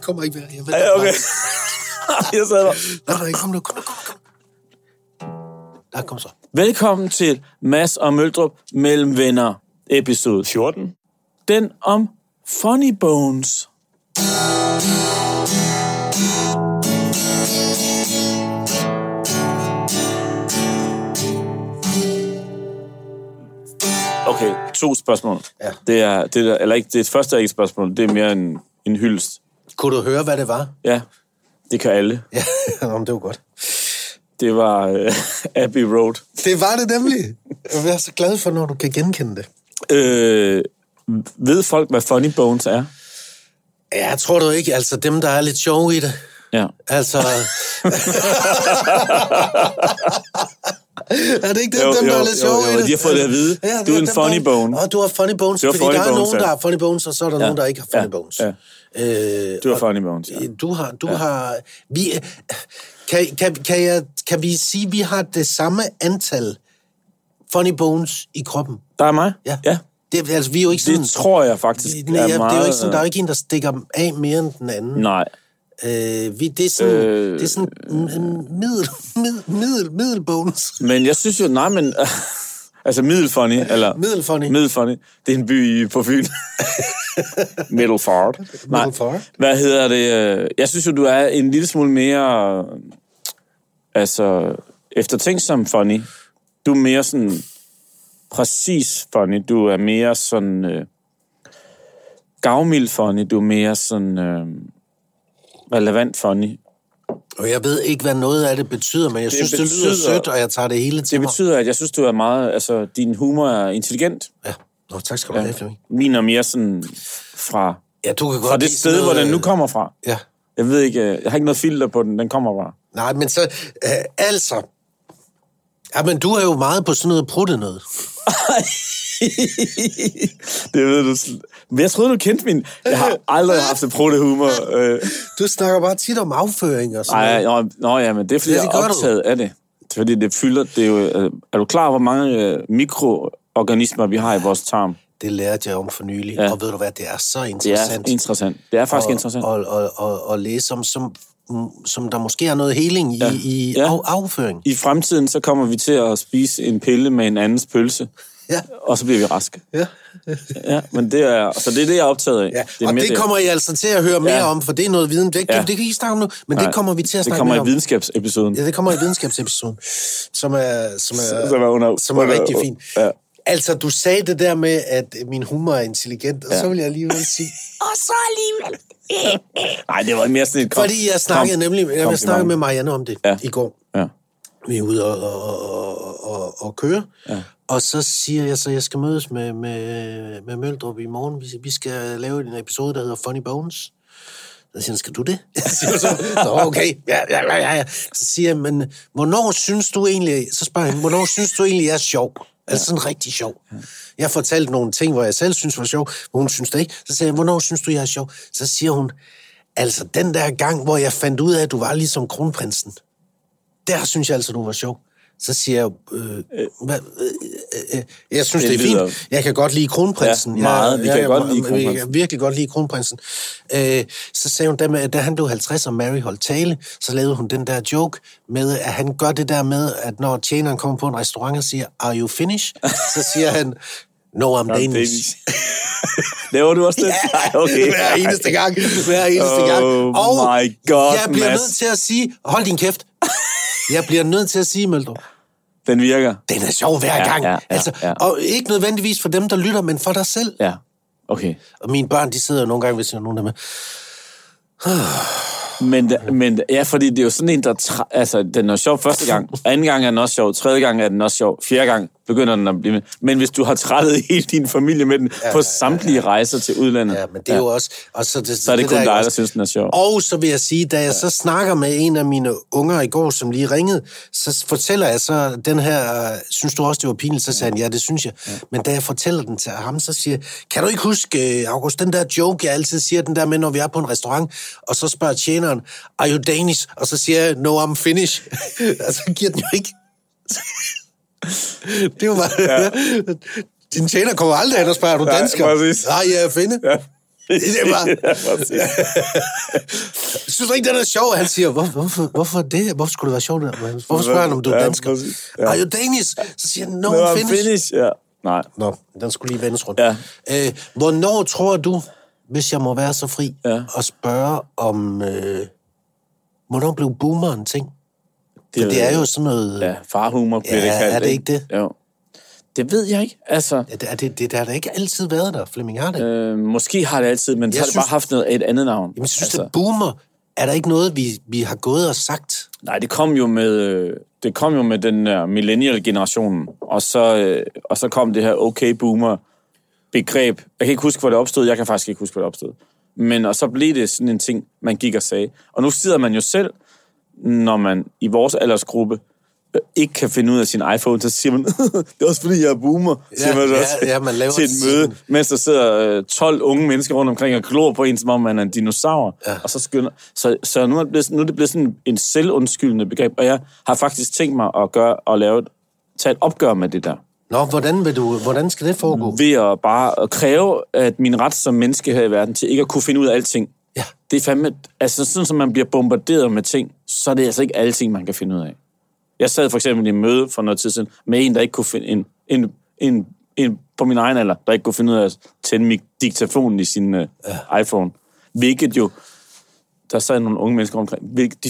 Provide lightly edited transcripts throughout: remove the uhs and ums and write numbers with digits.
kommer ikke mere. Jeg ved Ja, okay. Jeg sad der. Nej, kom nu. Nej, kom så. Velkommen til Mads og Møldrup mellem venner, episode 14. Den om Funny Bones. Okay, 2 spørgsmål. Ja. Det første er ikke et spørgsmål, det er mere en hyldest. Kunne du høre, hvad det var? Ja, det kan alle. Ja, det var godt. Det var Abbey Road. Det var det nemlig. Jeg er så glad for, når du kan genkende det. Ved folk, hvad Funny Bones er? Ja, tror du ikke. Altså, dem, der er lidt sjove i det. Ja. Altså... Er det ikke det, dem, der er lidt sjove i det? De har fået det at vide. Ja, du er en funny bone. Og du har funny bones, fordi der er nogen, der har funny bones, og så er der nogen, der ikke har funny bones. Ja. Du har funny bones, ja. Du har... Kan vi sige, at vi har det samme antal funny bones i kroppen? Der er mig? Ja. Det, altså, vi er jo ikke sådan... Det tror jeg faktisk er meget... Det er jo ikke sådan, der er ikke en, der stikker af mere end den anden. Nej. Det er sådan middelbones. Men jeg synes jo, altså middelfunny, eller... Middelfunny. Det er en by på Fyn. Middelfart. Nej, hvad hedder det? Jeg synes jo, du er en lille smule mere... Altså, eftertænksom funny. Du er mere sådan... Præcis funny. Du er mere sådan... gavmild funny. Du er mere sådan... relevant funny. Og jeg ved ikke, hvad noget af det betyder, men jeg synes, det lyder sødt, og jeg tager det hele til mig. Det betyder, at jeg synes, du er meget... Altså, din humor er intelligent. Ja. Nå, tak skal du have, Flemming. Min er mere sådan fra... Ja, du kan godt fra det sted, noget... hvor den nu kommer fra. Ja. Jeg ved ikke... Jeg har ikke noget filter på den. Den kommer fra. Nej, men så... altså... Ja, men du er jo meget på sådan noget pruttenød. Det ved du. Men jeg troede, du kendte min... Jeg har aldrig haft en pruttehumor. Du snakker bare tit om afføring og sådan noget. Nej, men det er fordi, jeg er optaget af det. Fordi det fylder... Det er, jo, er du klar, hvor mange mikroorganismer vi har i vores tarm? Det lærte jeg om for nylig. Ja. Og ved du hvad, det er så interessant. Det er interessant. Det er faktisk interessant. Og læse om, som der måske er noget heling i afføring. I fremtiden, så kommer vi til at spise en pille med en andens pølse. Ja. Og så bliver vi raske. Ja, men det er det, jeg er optaget af. Ja. Og det kommer I altså til at høre mere om, for det er noget viden. Det kan I ikke snakke om nu, men det kommer vi til at snakke mere om. Det kommer i videnskabsepisoden. Ja, det kommer i videnskabsepisoden, som er rigtig fint. Ja. Altså, du sagde det der med, at min humor er intelligent, og så vil jeg alligevel sige... Og så alligevel... Nej, det var mere sådan et fordi jeg snakkede med Marianne om det i går. Ja. Vi er ude og køre. Ja. Og så siger jeg, så jeg skal mødes med Møldrup i morgen. Vi skal lave en episode, der hedder Funny Bones. Så siger han, skal du det? Så okay. Ja. Så siger jeg, men hvornår synes du egentlig... Så spørger jeg, hvornår synes du egentlig, jeg er sjov? Altså sådan rigtig sjov. Jeg fortalte nogle ting, hvor jeg selv synes var sjov, hvor hun synes det ikke. Så siger jeg, hvornår synes du, jeg er sjov? Så siger hun, altså den der gang, hvor jeg fandt ud af, at du var ligesom kronprinsen. Der synes jeg altså, du var sjov. Så siger jeg, jeg synes, det er fint. Jeg kan godt lide kronprinsen. Ja, meget. Vi kan virkelig godt lide kronprinsen. Så sagde hun, da han blev 50, og Mary holdt tale, så lavede hun den der joke med, at han gør det der med, at når tjeneren kommer på en restaurant og siger, are you finished? Så siger han, no, I'm Danish. Laver du også det? Ja, okay. Hver eneste gang. Og my God, jeg bliver nødt til at sige, hold din kæft. Jeg bliver nødt til at sige, Møldrup. Den virker. Den er sjov hver gang. Ja. Og ikke nødvendigvis for dem, der lytter, men for dig selv. Ja, okay. Og mine børn, de sidder nogle gange, hvis jeg er nogen der med. Men ja, fordi det er jo sådan en, der... Altså, den er sjov første gang. Anden gang er den også sjov. Tredje gang er den også sjov. Fjerde gang begynder den at blive med. Men hvis du har trættet hele din familie med den på samtlige rejser til udlandet... Ja, men det er jo også... Og så er det kun dig, der synes, den er sjov. Og så vil jeg sige, da jeg så snakker med en af mine unger i går, som lige ringede, så fortæller jeg så den her... Synes du også, det var pinligt? Så sagde han, ja, det synes jeg. Ja. Men da jeg fortæller den til ham, så siger jeg, kan du ikke huske, August, den der joke, jeg altid siger, den der med, når vi er på en restaurant, og så spørger tjeneren, are you Danish? Og så siger jeg, no, I'm Finnish. Altså, giver den jo ikke... Det var bare... Ja. Din tjener kommer aldrig hen og spørger, er du dansker? Ja, nej, jeg er finne. Ja. Det er bare... Synes du ikke, det er sjovt? Han siger, hvorfor det? Hvorfor skulle det være sjovt? Hvorfor spørger han, om du er dansker? Are you Danish? Så siger han, no, I'm Finnish. Ja. Nej. Nå, den skulle lige vendes rundt. Ja. Hvornår tror du, hvis jeg må være så fri, og spørge om... hvornår blev boomer en ting? Det er jo sådan noget... Ja, farhumor bliver det kaldt. Er det ikke det? Jo. Det ved jeg ikke, altså... Det har da ikke altid været der, Flemming, har det? Måske har det altid, men så har det bare haft et andet navn. Jamen, synes du, boomer, er der ikke noget, vi har gået og sagt? Nej, det kom jo med den der millennial-generationen, og så kom det her okay boomer-begreb. Jeg kan ikke huske, hvor det opstod. Jeg kan faktisk ikke huske, hvor det opstod. Men og så blev det sådan en ting, man gik og sagde. Og nu sidder man jo selv, når man i vores aldersgruppe ikke kan finde ud af sin iPhone, så siger man, det er også fordi, jeg er boomer, siger man også man laver til et møde, mens der sidder 12 unge mennesker rundt omkring og glor på en, som om man er en dinosaur. Ja. Og så skynder... Så nu er det blevet sådan en selvundskyldende begreb, og jeg har faktisk tænkt mig at tage et opgør med det der. Nå, hvordan skal det foregå? Ved at bare kræve, at min ret som menneske her i verden til ikke at kunne finde ud af alting. Ja. Det er fandme... Altså, sådan som man bliver bombarderet med ting, så er det altså ikke alle ting, man kan finde ud af. Jeg sad for eksempel i en møde for noget tid siden med en, der ikke kunne finde... En på min egen alder, der ikke kunne finde ud af at tænde diktafonen i sin iPhone. Hvilket jo... Der sad nogle unge mennesker omkring.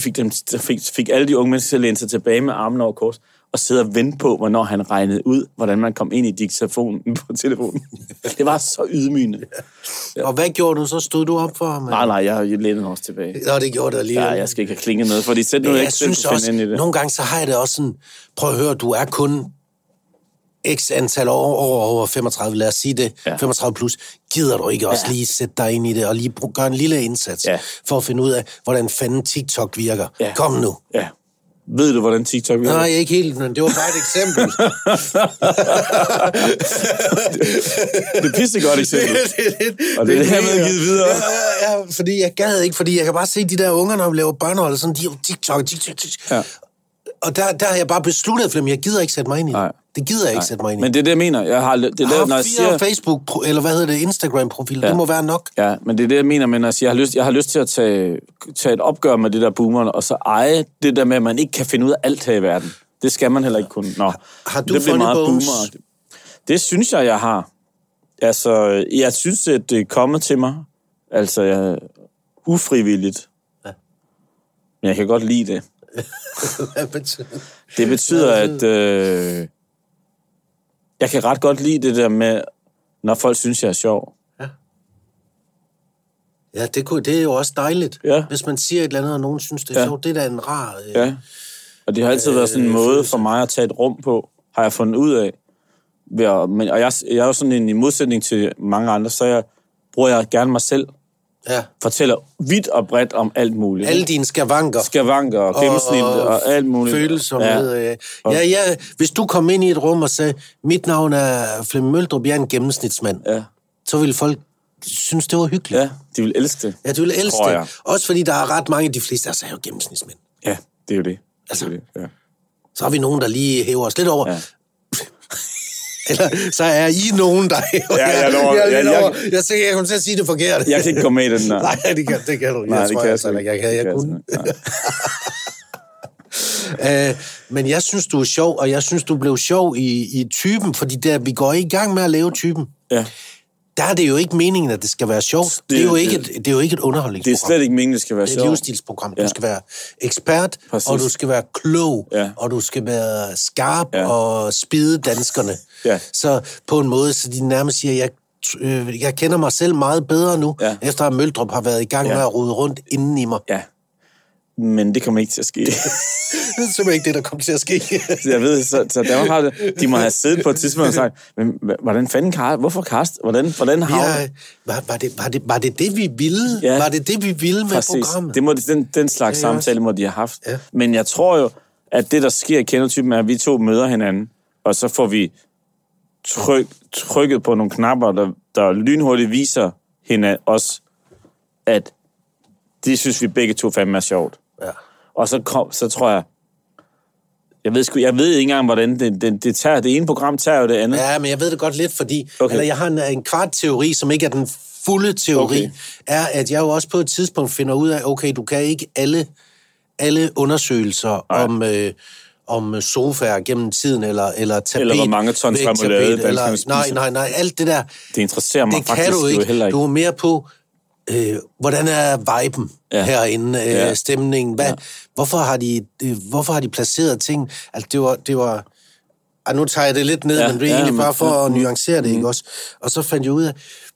Fik alle de unge mennesker til at læne sig tilbage med armen over kors og sidde og vente på, hvornår han regnede ud, hvordan man kom ind i diktafonen på telefonen. Det var så ydmygende. Ja. Og hvad gjorde du så? Stod du op for ham? Nej, jeg lænede også tilbage. Nå, det gjorde det alligevel. Ja, jeg skal ikke have klinget noget, fordi selv nu ikke selv kunne finde ind i det. Nogle gange så har jeg det også sådan, prøv at høre, du er kun x antal år over 35, lad os sige det, 35 plus, gider du ikke også lige sætte dig ind i det, og lige gøre en lille indsats, for at finde ud af, hvordan fanden TikTok virker. Ja. Kom nu. Ja. Ved du, hvordan TikTok virker? Nej, ikke helt, men det var bare et eksempel. Det er pissegodt eksempel. Og det er det her med at give videre. Ja, fordi jeg gad ikke, fordi jeg kan bare se de der unger, når vi laver børnehold, sådan, de er TikTok. Ja. Og der har jeg bare besluttet, Flemming, jeg gider ikke sætte mig ind i det. Det gider jeg ikke sætte mig ind i. Men det er det, jeg mener. Jeg har 4 Facebook, eller hvad hedder det, Instagram-profil, det må være nok. Ja, men det er det, jeg mener, men altså, jeg har lyst til at tage et opgør med det der boomerne, og så eje det der med, at man ikke kan finde ud af alt her i verden. Det skal man heller ikke kunne. Nå, har du fundet bones? Det synes jeg har. Altså, jeg synes, at det er kommet til mig. Altså, ufrivilligt. Ja. Men jeg kan godt lide det. Hvad betyder det? Det betyder, at jeg kan ret godt lide det der med, når folk synes, jeg er sjov. Ja, det er jo også dejligt. Ja. Hvis man siger et eller andet, og nogen synes, det er sjovt, det er da en rar... Ja, og det har altid været sådan en måde for mig at tage et rum på, har jeg fundet ud af. Og jeg er jo sådan en i modsætning til mange andre, så bruger jeg gerne mig selv. Ja. Fortæller vidt og bredt om alt muligt. Alle dine skavanker. Skavanker og gennemsnit og alt muligt. Følelser. Ja. Hvis du kom ind i et rum og sagde, mit navn er Flemming Møldrup, jeg er en gennemsnitsmand, så ville folk synes, det var hyggeligt. Ja, de vil elske det. Ja, de vil elske det. Også fordi der er ret mange af de fleste, der er jo gennemsnitsmænd. Ja, det er jo det. Altså, det er det. Ja. Så har vi nogen, der lige hæver os lidt over. Ja. Eller så er I nogen, der hæver. Jeg siger, jeg kommer til at sige det forkert. Jeg kan ikke gå med i den der. Nej, det kan du. Jeg kunne. Men jeg synes, du er sjov, og jeg synes, du blev sjov i typen, fordi der, vi går i gang med at lave typen. Ja. Der er det jo ikke meningen, at det skal være sjovt. Det er jo ikke et underholdningsprogram. Det er slet ikke meningen, det skal være sjovt. Det er et livsstilsprogram. Du skal være ekspert, og du skal være klog, og du skal være skarp og spide danskerne. Så på en måde, så de nærmest siger, jeg kender mig selv meget bedre nu, efter at Møldrup har været i gang med at rode rundt inden i mig. Ja. Men det kommer ikke til at ske. Det er simpelthen ikke det, der kommer til at ske. Jeg ved, så der har det. De må have siddet på et tidspunkt og sagt, men hvordan fanden Karst? Hvorfor Karst? Hvordan har var det vi ville? Ja. Var det vi ville med programmet? Det må den slags samtale må de have haft. Ja. Men jeg tror jo, at det, der sker i kendertypen, er, at vi to møder hinanden, og så får vi trykket på nogle knapper, der lynhurtigt viser os, at det synes vi begge to fandme er sjovt. Ja. Og så tror jeg, Jeg ved ikke engang, hvordan det tager. Det ene program tager jo det andet. Ja, men jeg ved det godt lidt, fordi eller jeg har en kvart teori, som ikke er den fulde teori, er, at jeg jo også på et tidspunkt finder ud af, okay, du kan ikke alle undersøgelser om sofaer gennem tiden, eller tapet. Eller hvor mange tons remoulade. Nej, alt det der. Det interesserer mig det faktisk. Det kan du ikke. Du er mere på, hvordan er viben herinde, stemningen. Hvorfor har de placeret ting? Altså, det var nu tager jeg det lidt ned, men det er egentlig bare for at nuancere det, ikke også? Og så fandt jeg ud af,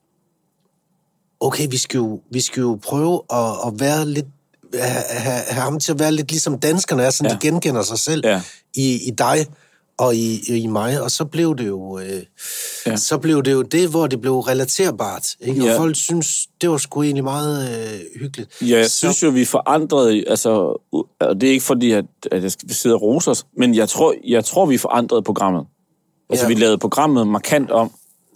okay, vi skal jo prøve at være lidt, have ham til at være lidt ligesom danskerne er, så de genkender sig selv i dig og i mig, og så blev det jo det, hvor det blev relaterbart, ikke? Og folk synes, det var sgu egentlig meget hyggeligt. Ja, jeg synes jo, vi forandrede, altså, og det er ikke fordi, at jeg skal sidde og rose os, men jeg tror, vi forandrede programmet. Altså, vi lavede programmet markant om.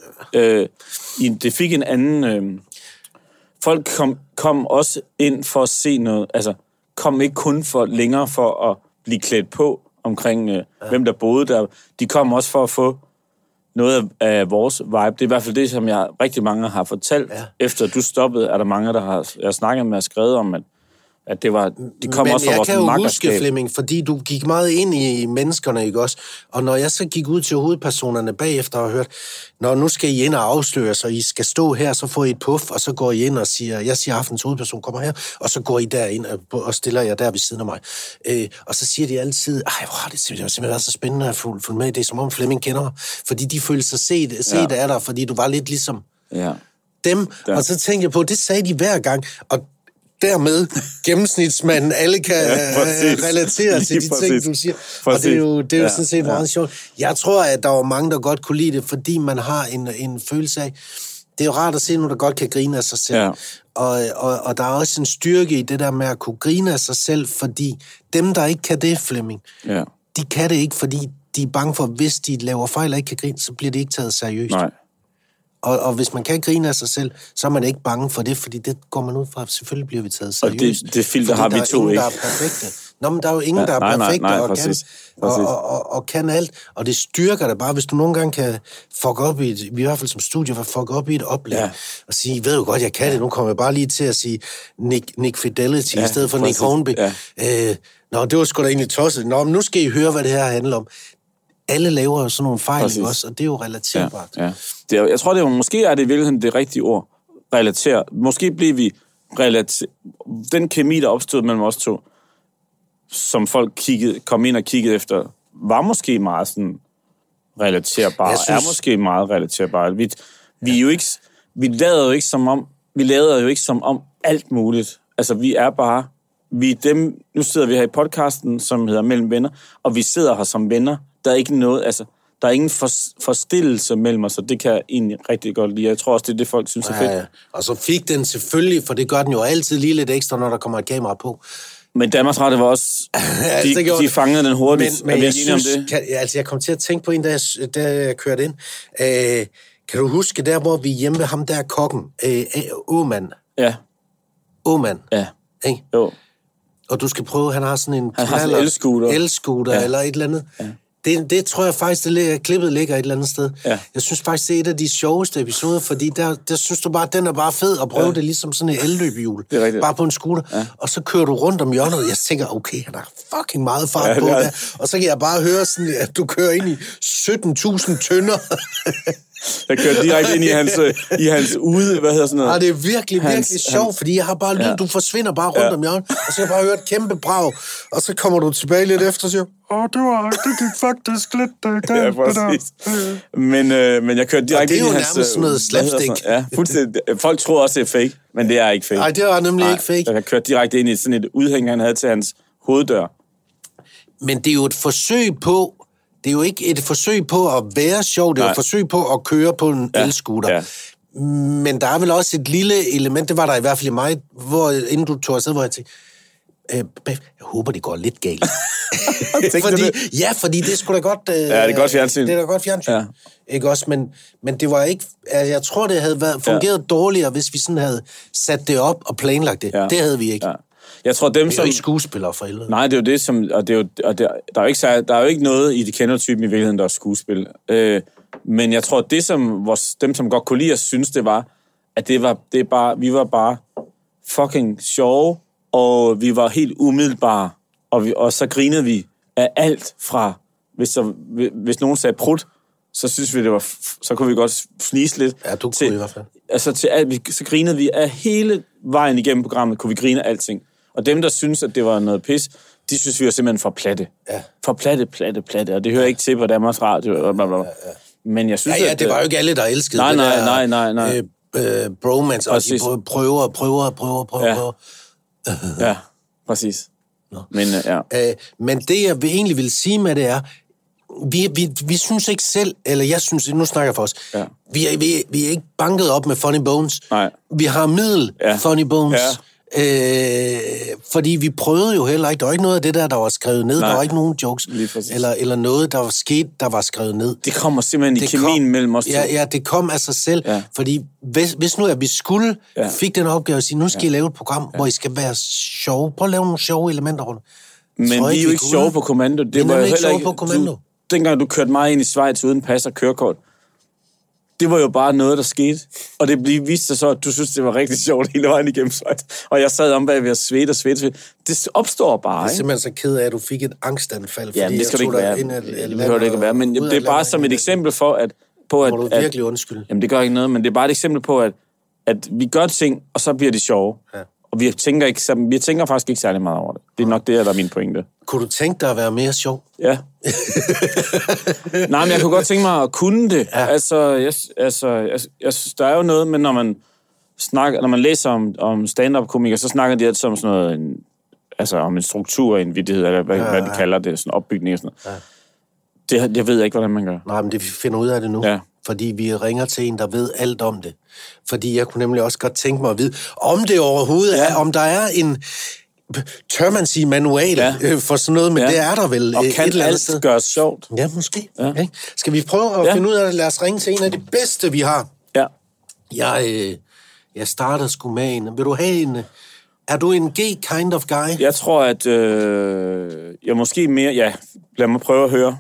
Det fik en anden... Folk kom også ind for at se noget, altså kom ikke kun længere for at blive klædt på omkring, hvem der boede der. De kom også for at få noget af vores vibe. Det er i hvert fald det, som jeg rigtig mange har fortalt. Efter du stoppede, er der mange, der har snakket med og skrevet om, at det var, de kom også fra vores makkerskab. Men jeg kan jo huske, Flemming, fordi du gik meget ind i menneskerne, ikke også? Og når jeg så gik ud til hovedpersonerne bagefter og hørte, når nu skal I ind og afsløre, så I skal stå her, så får I et puff, og så går I ind og siger, jeg siger, aftens hovedperson kommer her, og så går I derind og stiller jer der ved siden af mig. Og så siger de altid, det har simpelthen været så spændende at følge med. Det er som om Flemming kender mig, fordi de følte sig set af dig, fordi du var lidt ligesom dem. Og så tænkte jeg på, det sagde de hver gang, og dermed gennemsnitsmanden, alle kan relatere til de ting, du siger. Og det er jo sådan set meget sjovt. Jeg tror, at der var mange, der godt kunne lide det, fordi man har en følelse af, det er jo rart at se nogen, der godt kan grine af sig selv. Ja. Og der er også en styrke i det der med at kunne grine af sig selv, fordi dem, der ikke kan det, Flemming, de kan det ikke, fordi de er bange for, hvis de laver fejl og ikke kan grine, så bliver det ikke taget seriøst. Nej. Og hvis man kan grine af sig selv, så er man ikke bange for det, fordi det går man ud fra, selvfølgelig bliver vi taget seriøst. Og det filter har vi to, ikke? Der er perfekte. Nå, men der er jo ingen, der er perfekte og kan alt. Og det styrker dig bare, hvis du nogle gange kan fuck op i i hvert fald som studie, fuck op i et oplæg, og sige, ved du godt, jeg kan det, nu kommer jeg bare lige til at sige Nick Fidelity i stedet for Nick Hornby. Nå, det var sgu da egentlig tosset. Nå, men nu skal I høre, hvad det her handler om. Alle laver jo sådan nogle fejl også, og det er jo relaterbart. Ja. Jeg tror, måske er det i virkeligheden det rigtige ord. Relater. Måske bliver vi den kemi, der opstod mellem os to, som folk kom ind og kiggede efter, var måske meget sådan relaterbar. Er måske meget relaterbar. Vi lader jo ikke som om alt muligt. Altså, vi er bare nu sidder vi her i podcasten, som hedder Mellem Venner, og vi sidder her som venner. Der er ikke noget, altså, der er ingen forstillelse mellem os, og det kan jeg egentlig rigtig godt lide. Jeg tror også, det er det, folk synes er fedt. Ja. Og så fik den selvfølgelig, for det gør den jo altid lige lidt ekstra, når der kommer et kamera på. Men Danmarks Radio var også, de fangede den hurtigt. Men jeg synes, jeg kom til at tænke på en, da jeg kørte ind. Kan du huske der, hvor vi hjemme ved ham der kokken, Åmand? Ja. Åmand? Ja. Ikke? Jo. Og du skal prøve, han har sådan en el-scooter eller et eller andet. Ja. Det tror jeg faktisk, klippet ligger et eller andet sted. Ja. Jeg synes faktisk, det er et af de sjoveste episoder, fordi der synes du bare, den er bare fed at prøve det ligesom sådan et elløbehjul. Bare på en scooter. Ja. Og så kører du rundt om hjørnet, jeg tænker, okay, han har fucking meget fart på der. Og så kan jeg bare høre sådan, at du kører ind i 17.000 tønder. Jeg kører direkte ind i hans ude, hvad hedder sådan noget? Det er virkelig sjovt, fordi jeg har bare lyd, du forsvinder bare rundt om hjørnet, og så har jeg bare hørt et kæmpe brag, og så kommer du tilbage lidt efter og siger, det gik faktisk lidt galt, det der. Men jeg kørte direkte ind i hans... det er jo nærmest sådan noget slapstick. Ja, fuldstændig. Folk tror også, det er fake, men det er ikke fake. Nej, det var nemlig ikke fake. Jeg kørte direkte ind i sådan et udhæng, han havde til hans hoveddør. Men det er jo et forsøg på... Det er jo ikke et forsøg på at være sjov, det er et forsøg på at køre på en elscooter. Ja. Men der er vel også et lille element, det var der i hvert fald i mig, inden du tog afsted, hvor jeg tænkte, jeg håber, det går lidt galt. fordi det er sgu da godt... det er godt fjernsyn. Det er da godt fjernsyn. Ja. Ikke også, men det var ikke... Altså, jeg tror, det havde fungeret dårligere, hvis vi sådan havde sat det op og planlagt det. Ja. Det havde vi ikke. Ja. Jeg tror, dem, som... ikke skuespillere for helvede. Nej, det er jo det, som... der er jo ikke noget i de kendertypen i virkeligheden, der er skuespil. Men jeg tror, det, som dem, som godt kunne lide os, synes, det var, at vi var bare fucking sjove, og vi var helt umiddelbare, og så grinede vi af alt fra... Hvis nogen sagde prut, så synes vi, så kunne vi godt fnise lidt. Ja, du kunne i hvert fald. Altså til alt, så grinede vi af hele vejen igennem programmet, kunne vi grine af alting. Og dem, der synes, at det var noget pis, de synes, vi var simpelthen for platte. Ja. For platte. Og det hører ikke til på Danmarks Radio. Ja. Men jeg synes, det var jo ikke alle, der elskede det Nej. Bromance, og de prøver. Ja, præcis. Men, men det, jeg egentlig vil sige med det er, vi synes ikke selv, eller jeg synes, nu snakker jeg for os, vi er ikke banket op med Funny Bones. Nej. Vi har Funny Bones. Ja. Fordi vi prøvede jo heller ikke, der var ikke noget af det der var skrevet ned, der var ikke nogen jokes, eller noget, der var sket, der var skrevet ned. Det kommer simpelthen i kemien mellem os to. Ja, det kom af sig selv, fordi hvis nu at vi fik den opgave at sige, nu skal I lave et program, hvor I skal være sjove, prøv at lave nogle sjove elementer rundt. Men vi er jo ikke sjove på kommando. Det var jo heller ikke på kommando. Dengang du kørte mig ind i Schweiz uden pas og kørekort, det var jo bare noget, der skete. Og det viste sig så, at du synes, det var rigtig sjovt hele vejen igennem Schweiz. Og jeg sad om bag ved at svede. Det opstår bare, ikke? Jeg er simpelthen så ked af, at du fik et angstanfald. Ja, det skal det ikke være. Det behøver det ikke være. Men det er bare som et eksempel for, at... Må du virkelig undskylde? Jamen, det gør ikke noget, men det er bare et eksempel på, at vi gør ting, og så bliver de sjove. Ja. Og vi tænker faktisk ikke særlig meget over det. Det er nok det, der er min pointe. Kunne du tænke dig at være mere sjov? Ja. Nej, men jeg kunne godt tænke mig at kunne det. Ja. Altså, jeg synes, der er jo noget med, når man læser om stand-up-komikere, så snakker de altid om sådan noget, om en struktur, en vittighed, eller hvad de kalder det, sådan opbygning og sådan noget. Ja. Jeg ved ikke, hvordan man gør. Nej, men vi finder ud af det nu. Ja. Fordi vi ringer til en, der ved alt om det. Fordi jeg kunne nemlig også godt tænke mig at vide, om det overhovedet er, om der er en, tør man sige, manual for sådan noget, men det er der vel. Og kan alt gøres sjovt? Ja, måske. Ja. Okay. Skal vi prøve at finde ud af det? Lad os ringe til en af de bedste, vi har. Ja. Jeg starter sgu med en. Vil du have en... Er du en gay kind of guy? Jeg tror, at jeg måske mere... Ja, lad mig prøve at høre.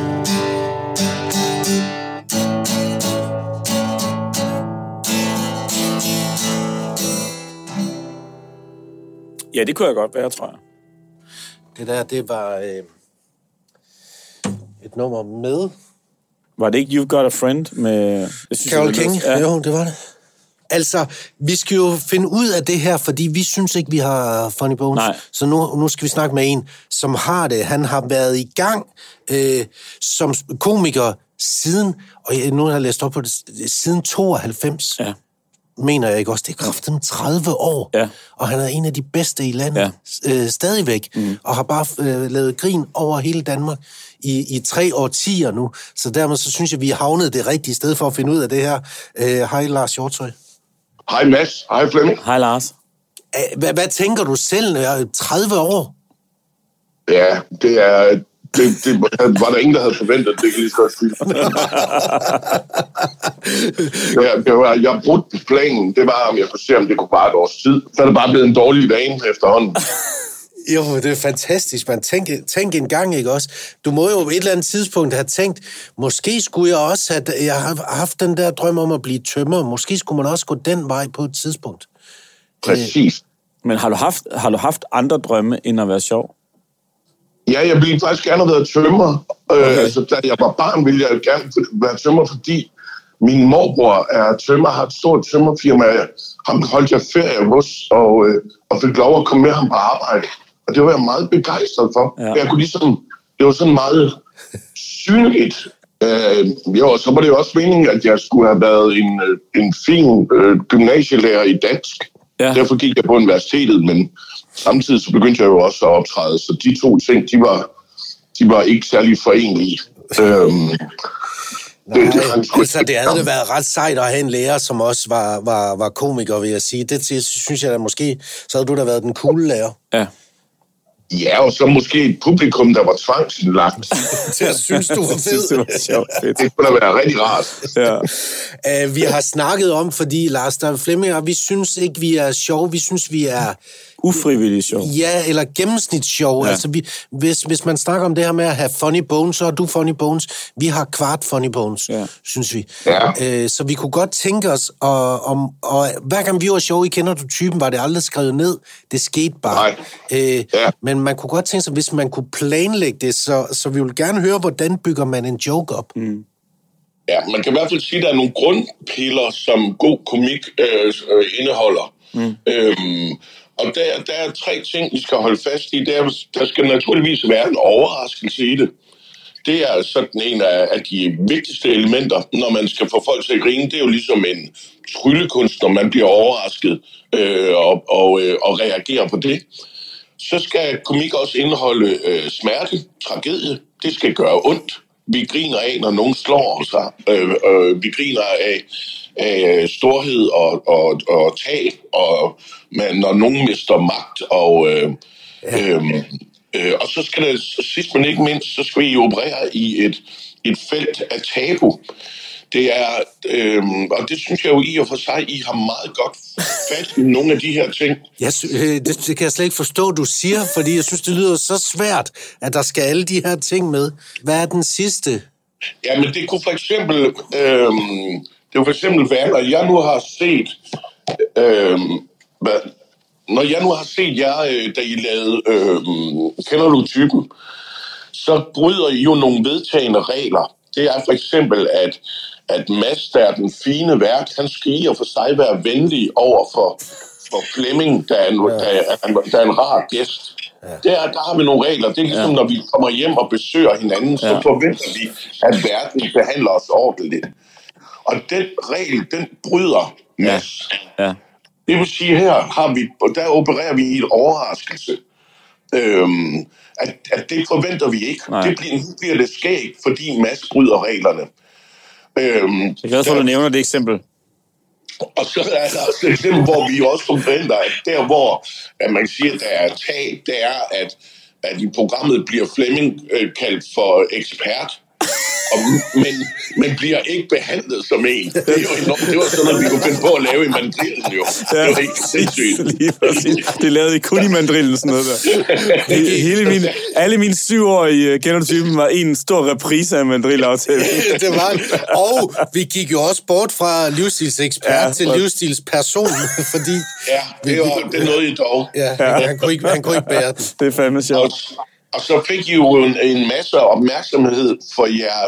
Ja, det kunne jeg godt være, tror jeg. Det var et nummer med... Var det ikke You've Got a Friend med... Carole King? Ja. Jo, det var det. Altså, vi skal jo finde ud af det her, fordi vi synes ikke, vi har Funny Bones. Nej. Så nu skal vi snakke med en, som har det. Han har været i gang som komiker siden, og nu har jeg læst op på det, siden 92. Ja. Mener jeg ikke også. Det er kraften 30 år. Ja. Og han er en af de bedste i landet. Stadigvæk. Og har bare lavet grin over hele Danmark i 3 årtier nu. Så dermed så synes jeg, vi har havnet det rigtige sted for at finde ud af det her. Hej Lars Hjortøj. Hej Mads. Hej Flemming. Hej Lars. Hvad tænker du selv? 30 år? Ja, det er... Det var der ingen, der havde forventet. Det kan lige så godt sige. Jeg brugte planen. Det var, om jeg kunne se, om det kunne bare et års tid. Så er det bare blevet en dårlig vane efterhånden. Jo, det er fantastisk. Man tænk en gang, ikke også? Du må jo på et eller andet tidspunkt have tænkt, måske skulle jeg også have... Jeg har haft den der drøm om at blive tømrer. Måske skulle man også gå den vej på et tidspunkt. Præcis. Men har du haft andre drømme, end at være sjov? Ja, jeg ville faktisk gerne have været tømrer. Okay. Da jeg var barn, ville jeg gerne være tømrer, fordi min morbror er tømrer, har et stort tømmerfirma. Ham holdt jeg ferie hos, og fik lov at komme med ham på arbejde. Og det var jeg meget begejstret for. Ja. Jeg kunne det var sådan meget synligt. Så var det jo også meningen, at jeg skulle have været en fin gymnasielærer i dansk. Ja. Derfor gik jeg på universitetet, men samtidig så begyndte jeg jo også at optræde. Så de to ting, de var ikke særlig forenlige. Det havde været ret sejt at have en lærer, som også var komiker, vil jeg sige. Det synes jeg da måske, så havde du da været den cool lærer. Ja. Ja, og så måske et publikum, der var tvangsindlagt. Jeg synes, du var fed. Det kunne da være rigtig rart. Ja. Vi har snakket om, fordi Lars, der er Flemming, og vi synes ikke, vi er sjove. Vi synes, vi er ufrivilligt sjov. Ja, eller gennemsnitssjov. Ja. Altså, hvis man snakker om det her med at have funny bones, så er du funny bones. Vi har kvart funny bones, synes vi. Ja. Så vi kunne godt tænke os, og hver gang vi var sjov i Kender du typen, var det aldrig skrevet ned. Det skete bare. Men man kunne godt tænke sig, hvis man kunne planlægge det, så vi vil gerne høre, hvordan bygger man en joke op. Ja, man kan i hvert fald sige, at der er nogle grundpiller, som god komik indeholder. Og der er 3 ting, vi skal holde fast i. Der skal naturligvis være en overraskelse i det. Det er sådan en af de vigtigste elementer, når man skal få folk til at grine. Det er jo ligesom en tryllekunst, når man bliver overrasket og reagerer på det. Så skal komik også indeholde smerte, tragedie. Det skal gøre ondt. Vi griner af, når nogen slår os. Vi griner af storhed og tab, og når nogen mister magt. Og så skal det sidst men ikke mindst, så skal vi operere i et felt af tabu. Det er, og det synes jeg jo i og for sig, I har meget godt fat i nogle af de her ting. Det kan jeg slet ikke forstå, du siger, fordi jeg synes, det lyder så svært, at der skal alle de her ting med. Hvad er den sidste? Ja, men det kunne for eksempel, være, når jeg nu har set, når jeg nu har set jer, da I lavede Kender du typen, så bryder I jo nogle vedtagne regler. Det er for eksempel, at Mads, der er den fine vært, han skal i og for sig være venlig over for Flemming, der er en rar gæst. Ja. Der har vi nogle regler. Det er ligesom, når vi kommer hjem og besøger hinanden, så forventer vi, at verden behandler os ordentligt. Og den regel, den bryder Mads. Ja. Det vil sige, der opererer vi i et overraskelse. At det forventer vi ikke. Nu bliver det skægt, fordi Mads bryder reglerne. Jeg er glad for, at du nævner det eksempel. Og så er der også et eksempel, hvor vi også forventer, at der hvor at man siger, at der er tab, det er, at i programmet bliver Flemming kaldt for ekspert, men bliver ikke behandlet som en. Det er jo enormt. Det var sådan noget, vi kunne finde på at lave i mandrillen jo. Det var ikke sindssygt. Det lavede I kun i mandrillen, sådan noget der. Alle mine 7 år i Kender du typen var en stor reprise af mandrillaftalen. Det var det. Og vi gik jo også bort fra livsstilsekspert til livsstilsperson, fordi... Ja, det nåede I dog. Ja, han kunne ikke bære den. Det er fandme sjovt. Og så fik I jo en masse opmærksomhed for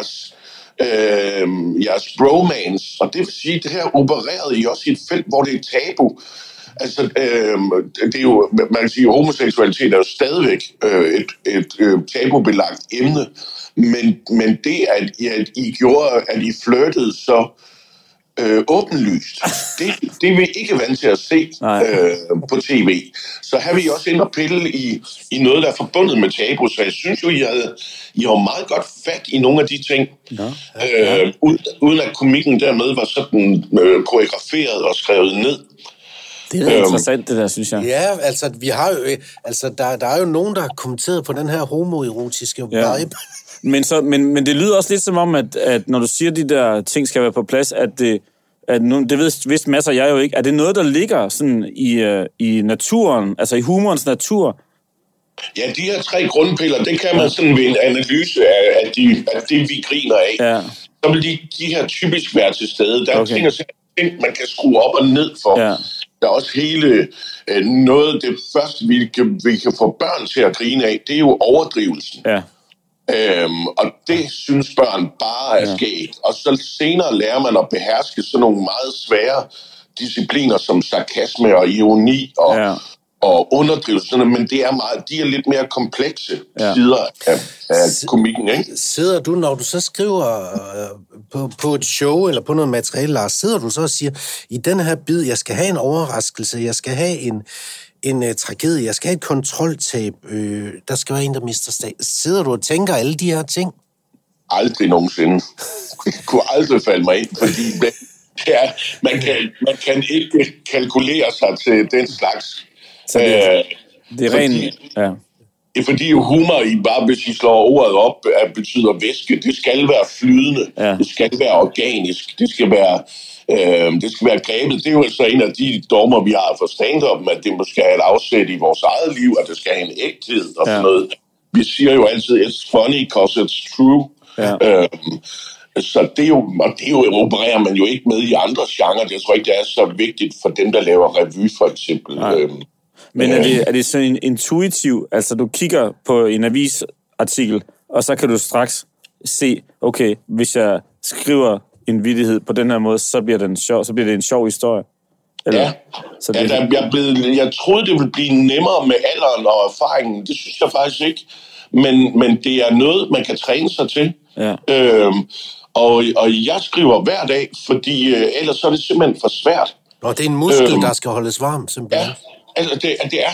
jeres bromance, og det vil sige, at det her opererede I også i et felt, hvor det er tabu. Altså, det er jo, man kan sige, at homoseksualitet er jo stadigvæk et tabubelagt emne, men det, at I gjorde, at I flirtede så åbenlyst, det er vi ikke vant til at se på tv. Så har vi også ind og pille i noget, der er forbundet med tabu, så jeg synes jo, I har meget godt fat i nogle af de ting, uden at komikken dermed var sådan koreograferet og skrevet ned. Det er interessant, det der, synes jeg. Ja, altså, vi har jo, der er jo nogen, der har kommenteret på den her homoerotiske vibe. Men det lyder også lidt som om, at når du siger, at de der ting skal være på plads, det ved masser jeg jo ikke. Er det noget, der ligger sådan i naturen, altså i humorens natur? Ja, de her 3 grundpiller, det kan man sådan ved en analyse af det, vi griner af. Ja. Så vil de her typisk være til stede. Der er ting, man kan skrue op og ned for. Ja. Der er også hele noget, det første, vi kan få børn til at grine af, det er jo overdrivelsen. Ja. Og det synes børn bare er skægt. Og så senere lærer man at beherske sådan nogle meget svære discipliner som sarkasme og ironi og underdrivelserne, men det er de er lidt mere komplekse sider af komikken, ikke? Sidder du, når du så skriver på et show eller på noget materiale, Lars, sidder du så og siger, i den her bid, jeg skal have en overraskelse, jeg skal have en tragedie, jeg skal have et kontroltab, der skal være en, der mister stat. Sidder du og tænker alle de her ting? Aldrig nogensinde. Det kunne aldrig falde mig ind, fordi man kan ikke kalkulere sig til den slags. Det er rent... Ja. Det er fordi humor, hvis I slår ordet op, betyder væske. Det skal være flydende. Ja. Det skal være organisk. Det skal være grebet. Det er jo altså en af de dogmer, vi har for stand-up, at det måske have et afsæt i vores eget liv, at det skal have en ægthed og sådan noget. Vi siger jo altid, it's funny because it's true. Ja. Så det opererer man jo ikke med i andre genrer. Jeg tror ikke, det er så vigtigt for dem, der laver revy, for eksempel. Men er det sådan intuitiv? Altså, du kigger på en avisartikel, og så kan du straks se, okay, hvis jeg skriver en vittighed på den her måde, så bliver det en sjov historie. Eller? Ja, så jeg troede, det ville blive nemmere med alderen og erfaringen. Det synes jeg faktisk ikke. Men det er noget, man kan træne sig til. Ja. Og jeg skriver hver dag, fordi ellers så er det simpelthen for svært. Og det er en muskel, der skal holdes varm, simpelthen. Ja, altså det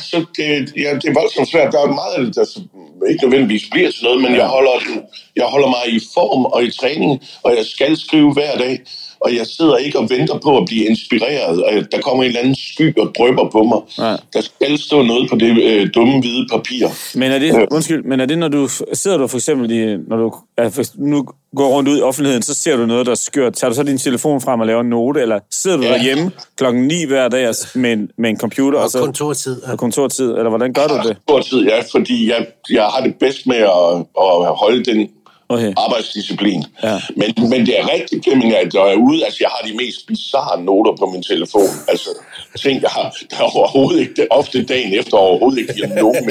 er voldsomt svært. Der er meget, der ikke nødvendigvis bliver til noget, men jeg holder mig i form og i træning, og jeg skal skrive hver dag. Og jeg sidder ikke og venter på at blive inspireret. Og der kommer en eller anden sky og drypper på mig. Ja. Der skal stå noget på det dumme hvide papir. Men er det, når du sidder du for eksempel når du nu går rundt ud i offentligheden, så ser du noget, der er skørt. Tager du så din telefon frem og laver en note, eller sidder du derhjemme 9:00 hver dag med en computer? Og kontortid. Og kontortid, eller hvordan gør du det? Kontortid, ja, fordi jeg har det bedst med at holde den arbejdsdisciplin. Ja. Men det er rigtig Flemming, at jeg er ude, altså jeg har de mest bizarre noter på min telefon. Altså ting, der er overhovedet ikke, det ofte dagen efter overhovedet ikke giver nogen.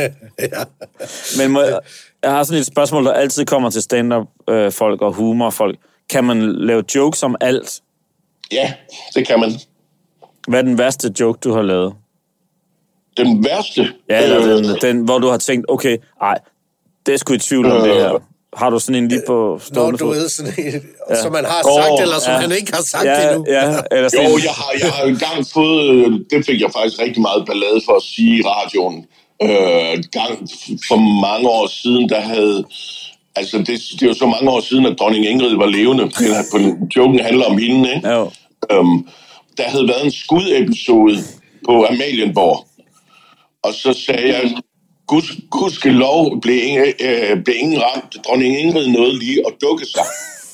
Men jeg har sådan et spørgsmål, der altid kommer til stand-up-folk og humorfolk. Kan man lave jokes om alt? Ja, det kan man. Hvad er den værste joke, du har lavet? Den værste? Ja, eller den, hvor du har tænkt, okay, det er sgu i tvivl om det her. Har du sådan en lige på stående fod? Når du ved sådan en, som man har sagt, eller som han ikke har sagt endnu. Jo, jeg har engang fået, det fik jeg faktisk rigtig meget ballade for at sige i radioen. Gang for mange år siden, der havde, altså det er jo så mange år siden, at dronning Ingrid var levende. Joken handler om hende, ikke? Ja. Der havde været en skudepisode på Amalienborg. Og så sagde jeg, gudskelov blev ingen ramt. Dronning Ingrid nåede lige at dukke sig.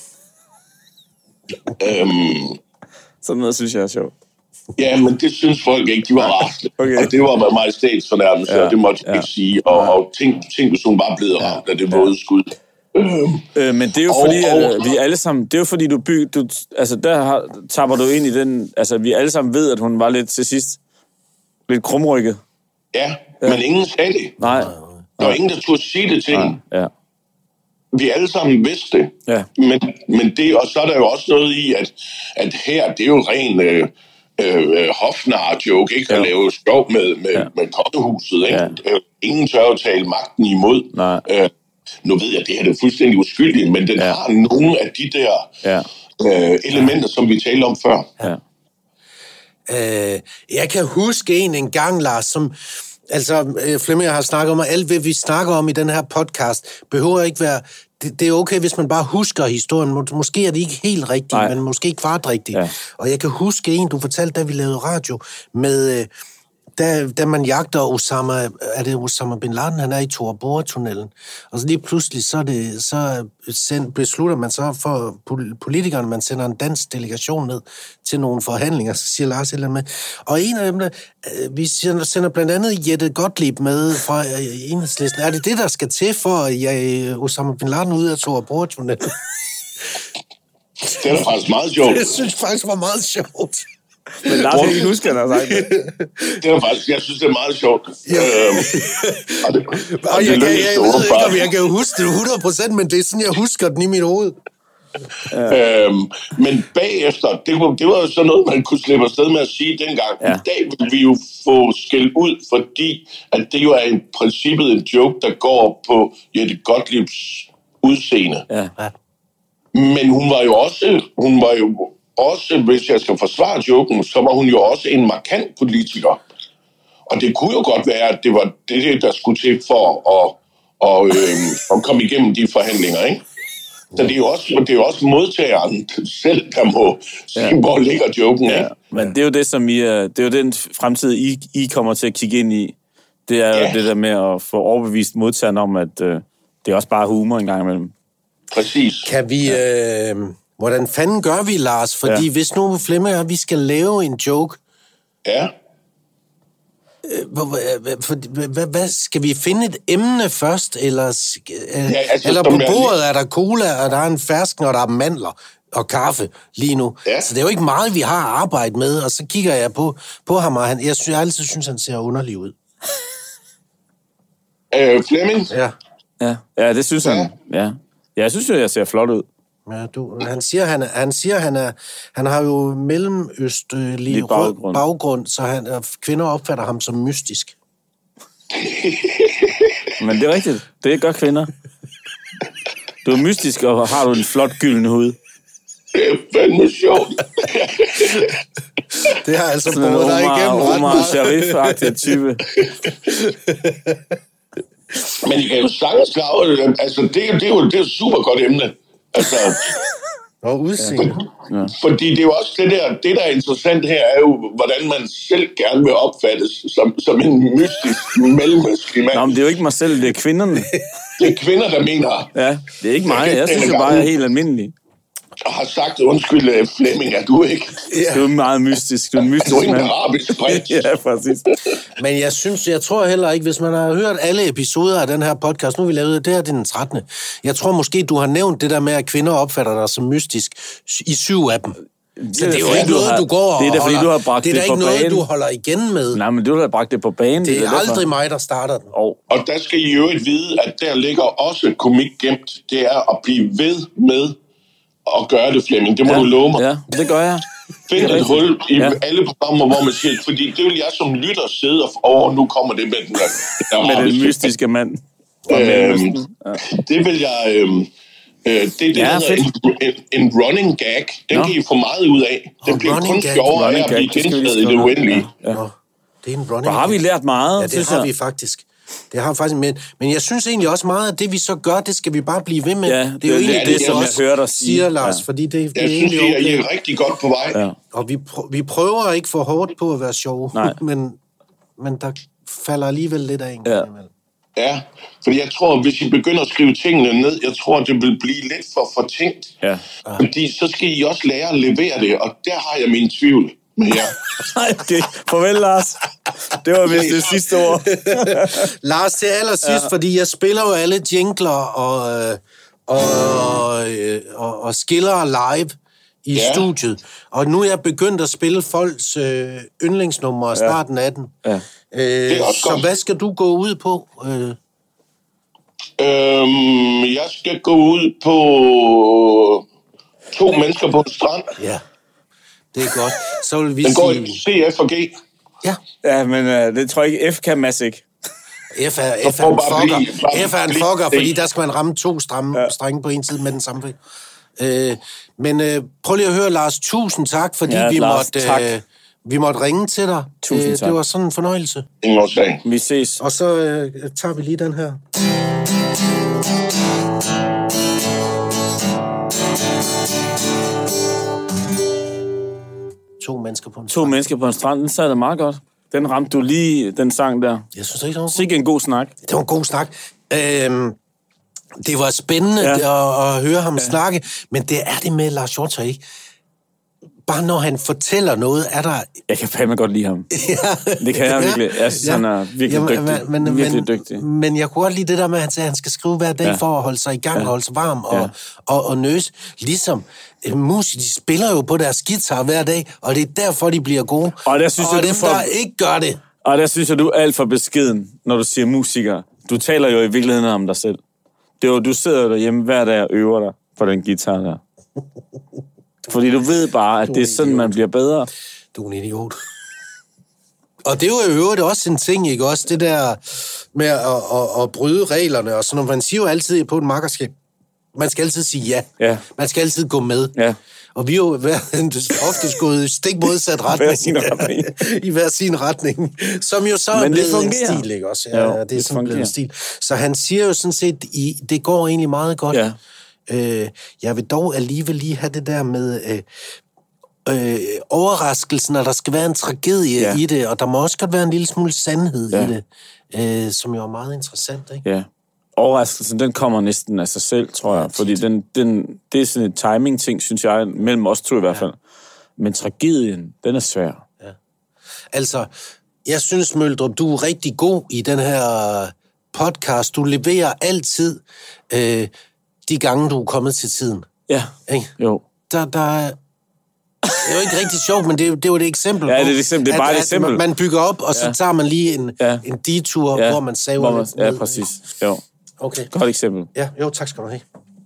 Sådan noget synes jeg er sjovt. Ja, men det synes folk ikke. De var rasende. Okay. Og det var majestætsfornærmelse, og det måtte jeg ikke sige. Og tænk, hvis hun var blevet ramt af det våde skud. Men det er jo fordi, at vi alle sammen... Det er jo fordi, der tapper du ind i den... Altså, vi alle sammen ved, at hun var lidt til sidst lidt krumrykket. Ja, men ingen sagde det. Nej. Der var ingen, der turde sige det til hende. Ja. Vi alle sammen vidste det. Ja. Men det, og så er der jo også noget i, at her, det er jo ren hofnar-joke, ikke? At lave skov med kongehuset, ikke? Ja. Ingen tør at tale magten imod. Nu ved jeg, at det her er fuldstændig uskyldigt, men den har nogle af de der elementer, som vi talte om før. Ja. Jeg kan huske en gang, Lars, som... Altså, Flemming har snakket om, at alt, hvad vi snakker om i den her podcast, behøver ikke være... Det er okay, hvis man bare husker historien. Måske er det ikke helt rigtigt, men måske kvart rigtigt. Ja. Og jeg kan huske du fortalte, da vi lavede radio, med... Da man jagter Osama bin Laden, han er i Tora Bora-tunnelen. Og så lige pludselig, beslutter man så for politikerne, man sender en dansk delegation ned til nogle forhandlinger, så siger Lars et eller andet med. Og en af dem, vi sender blandt andet Jette Gottlieb med fra Enhedslisten. Er det der skal til for at jage Osama bin Laden ud af Tora Bora-tunnelen? Det er faktisk meget sjovt. Det synes jeg faktisk var meget sjovt. Men Lars, jeg ikke husker, han har sagt det. Det er faktisk, jeg synes, det er meget sjovt. Jeg kan jo huske det 100%, men det er sådan, jeg husker den i mit hoved. Men bagefter, det var jo sådan noget, man kunne slippe afsted med at sige dengang. I dag vil vi jo få skæld ud, fordi at det jo er i princippet en joke, der går på Jette Gottliebs udseende. Ja. Men hun var jo også, hvis jeg skal forsvare joken, så var hun jo også en markant politiker. Og det kunne jo godt være, at det var det, der skulle til for at komme igennem de forhandlinger, ikke? Så det er jo også modtageren selv, der må sige, hvor ligger joken, ikke? Men det er jo det, som det er jo den fremtid, I kommer til at kigge ind i. Det er jo det der med at få overbevist modtageren om, at det er også bare humor en gang imellem. Præcis. Kan vi... hvordan fanden gør vi, Lars? Fordi hvis nu Flemming og vi skal lave en joke... Ja. Hvad skal vi finde et emne først? Eller på bordet er der cola, og der er en fersken, og der er mandler og kaffe lige nu. Ja. Så det er jo ikke meget, vi har arbejdet med. Og så kigger jeg på ham, og jeg altid synes, han ser underlig ud. Flemming? Ja, det synes han. Ja, jeg synes jo, jeg ser flot ud. Ja, han siger, han har jo mellemøstlig baggrund, så kvinder opfatter ham som mystisk. Men det er rigtigt. Det gør kvinder. Du er mystisk, og har du en flot gylden hud. Det er fandme sjovt. Det har altså båret dig igennem ret meget. Omar Sharif-agtig type. Men I kan jo sagtens klare, altså det er jo et super godt emne. Altså, og udseende. Fordi det er jo også det der er interessant her, er jo, hvordan man selv gerne vil opfattes som en mystisk mellemøstlig mand. Nå, men det er jo ikke mig selv, det er kvinderne. Det er kvinder, der mener. Ja, det er ikke mig. Jeg synes jo bare, jeg er helt almindelig. Og har sagt, undskyld Flemming, er du ikke? Ja. Du er meget mystisk. Du er en mystisk mand. Du er en arabisk prins. Ja, præcis. Men jeg tror heller ikke, hvis man har hørt alle episoder af den her podcast, nu vi lavede det her, det er den 13. Jeg tror måske, du har nævnt det der med, at kvinder opfatter dig som mystisk i 7 af dem. Så det er jo ikke noget, du går og det er fordi, du har bragt det på banen. Det er ikke noget, du holder igen med. Nej, men du har bragt det på banen. Det er aldrig mig, der starter den. Og der skal I jo ikke vide, at der ligger også komik gemt. Det er at blive ved med at gøre det, Flemming. Det må du love mig. Ja, det gør jeg. Find et hul i alle programmer, hvor man siger, fordi det vil jeg som lytter sidde og nu kommer det med den der med den mystiske mand. Det vil jeg... Det hedder en running gag. Den kan I få meget ud af. Den bliver kun sjovere af at blive gentaget i det uendelige. Det er en running gag. Har vi lært meget? Ja, det har vi faktisk. Det har faktisk, men jeg synes egentlig også meget, at det vi så gør, det skal vi bare blive ved med. Ja, det er jo egentlig det, som jeg hører dig sige. Siger Lars, fordi det er egentlig okay. Jeg synes, I er rigtig godt på vej. Ja. Og vi prøver ikke for hårdt på at være sjove, men der falder alligevel lidt af en gang imellem. Ja, fordi jeg tror, hvis I begynder at skrive tingene ned, jeg tror, det vil blive lidt for fortænkt. Ja. Fordi så skal I også lære at levere det, og der har jeg min tvivl med jer. Okay, farvel Lars. Det var vist det sidste ord. Lars, til allersidst, fordi jeg spiller jo alle jingler og skiller live i studiet. Og nu er jeg begyndt at spille folks yndlingsnumre starten af den. Ja. Så hvad skal du gå ud på? Jeg skal gå ud på 2 mennesker på en strand. Ja, det er godt. Så vil vi den går i C, F og G. Ja, men det tror jeg ikke, F kan Mads ikke. F er en fucker, fordi der skal man ramme 2 strenge på en tid med den samme. Men prøv lige at høre, Lars. Tusind tak, fordi vi måtte ringe til dig. Tusind tak. Det var sådan en fornøjelse. Ingen årsag. Vi ses. Og så tager vi lige den her. To mennesker på en strand. Den sad da meget godt. Den ramte du lige, den sang der. Jeg synes ikke, det var sikke en god snak. Det var en god snak. Det var spændende at høre ham snakke, men det er det med Lars Hjortøj, ikke? Bare når han fortæller noget, er der... Jeg kan fandme godt lide ham. Det kan jeg virkelig. Jeg synes, han er virkelig dygtig. Men jeg kunne godt lide det der med, at han sagde, at han skal skrive hver dag for at holde sig i gang og holde sig varm og nøse. Ligesom musikere, de spiller jo på deres guitar hver dag, og det er derfor, de bliver gode. Og der synes jeg, der ikke gør det. Og der synes jeg, du er alt for beskeden, når du siger musikere. Du taler jo i virkeligheden om dig selv. Det er jo, du sidder derhjemme hver dag og øver dig på den guitar der. Fordi du ved bare, at det er sådan, man bliver bedre. Du er en idiot. Og det er jo i øvrigt også en ting, ikke også? Det der med at bryde reglerne og sådan noget. Man siger jo altid på et makkerskab, man skal altid sige ja. Man skal altid gå med. Ja. Og vi er jo ofte gået stik modsat retning. I hver sin retning. Som jo så er blevet en stil, ikke også? Ja, jo, det er sådan blevet en stil. Så han siger jo sådan set, det går egentlig meget godt. Ja. Jeg vil dog alligevel lige have det der med overraskelsen, og der skal være en tragedie i det, og der må også godt være en lille smule sandhed i det, som jo er meget interessant, ikke? Ja. Overraskelsen, den kommer næsten af sig selv, tror jeg, fordi det er sådan en timing-ting, synes jeg, mellem os to i hvert fald. Men tragedien, den er svær. Ja. Altså, jeg synes, Møldrup, du er rigtig god i den her podcast. Du leverer altid de gange, du er kommet til tiden. Ja, ikke? Jo. Det er jo ikke rigtig sjovt, men det er jo et eksempel på, det er et eksempel. Det er bare et eksempel. Man bygger op, og så tager man lige en detur, hvor man saver lidt ned. Ja, præcis. Jo. Okay. Godt eksempel. Ja, jo, tak skal du have.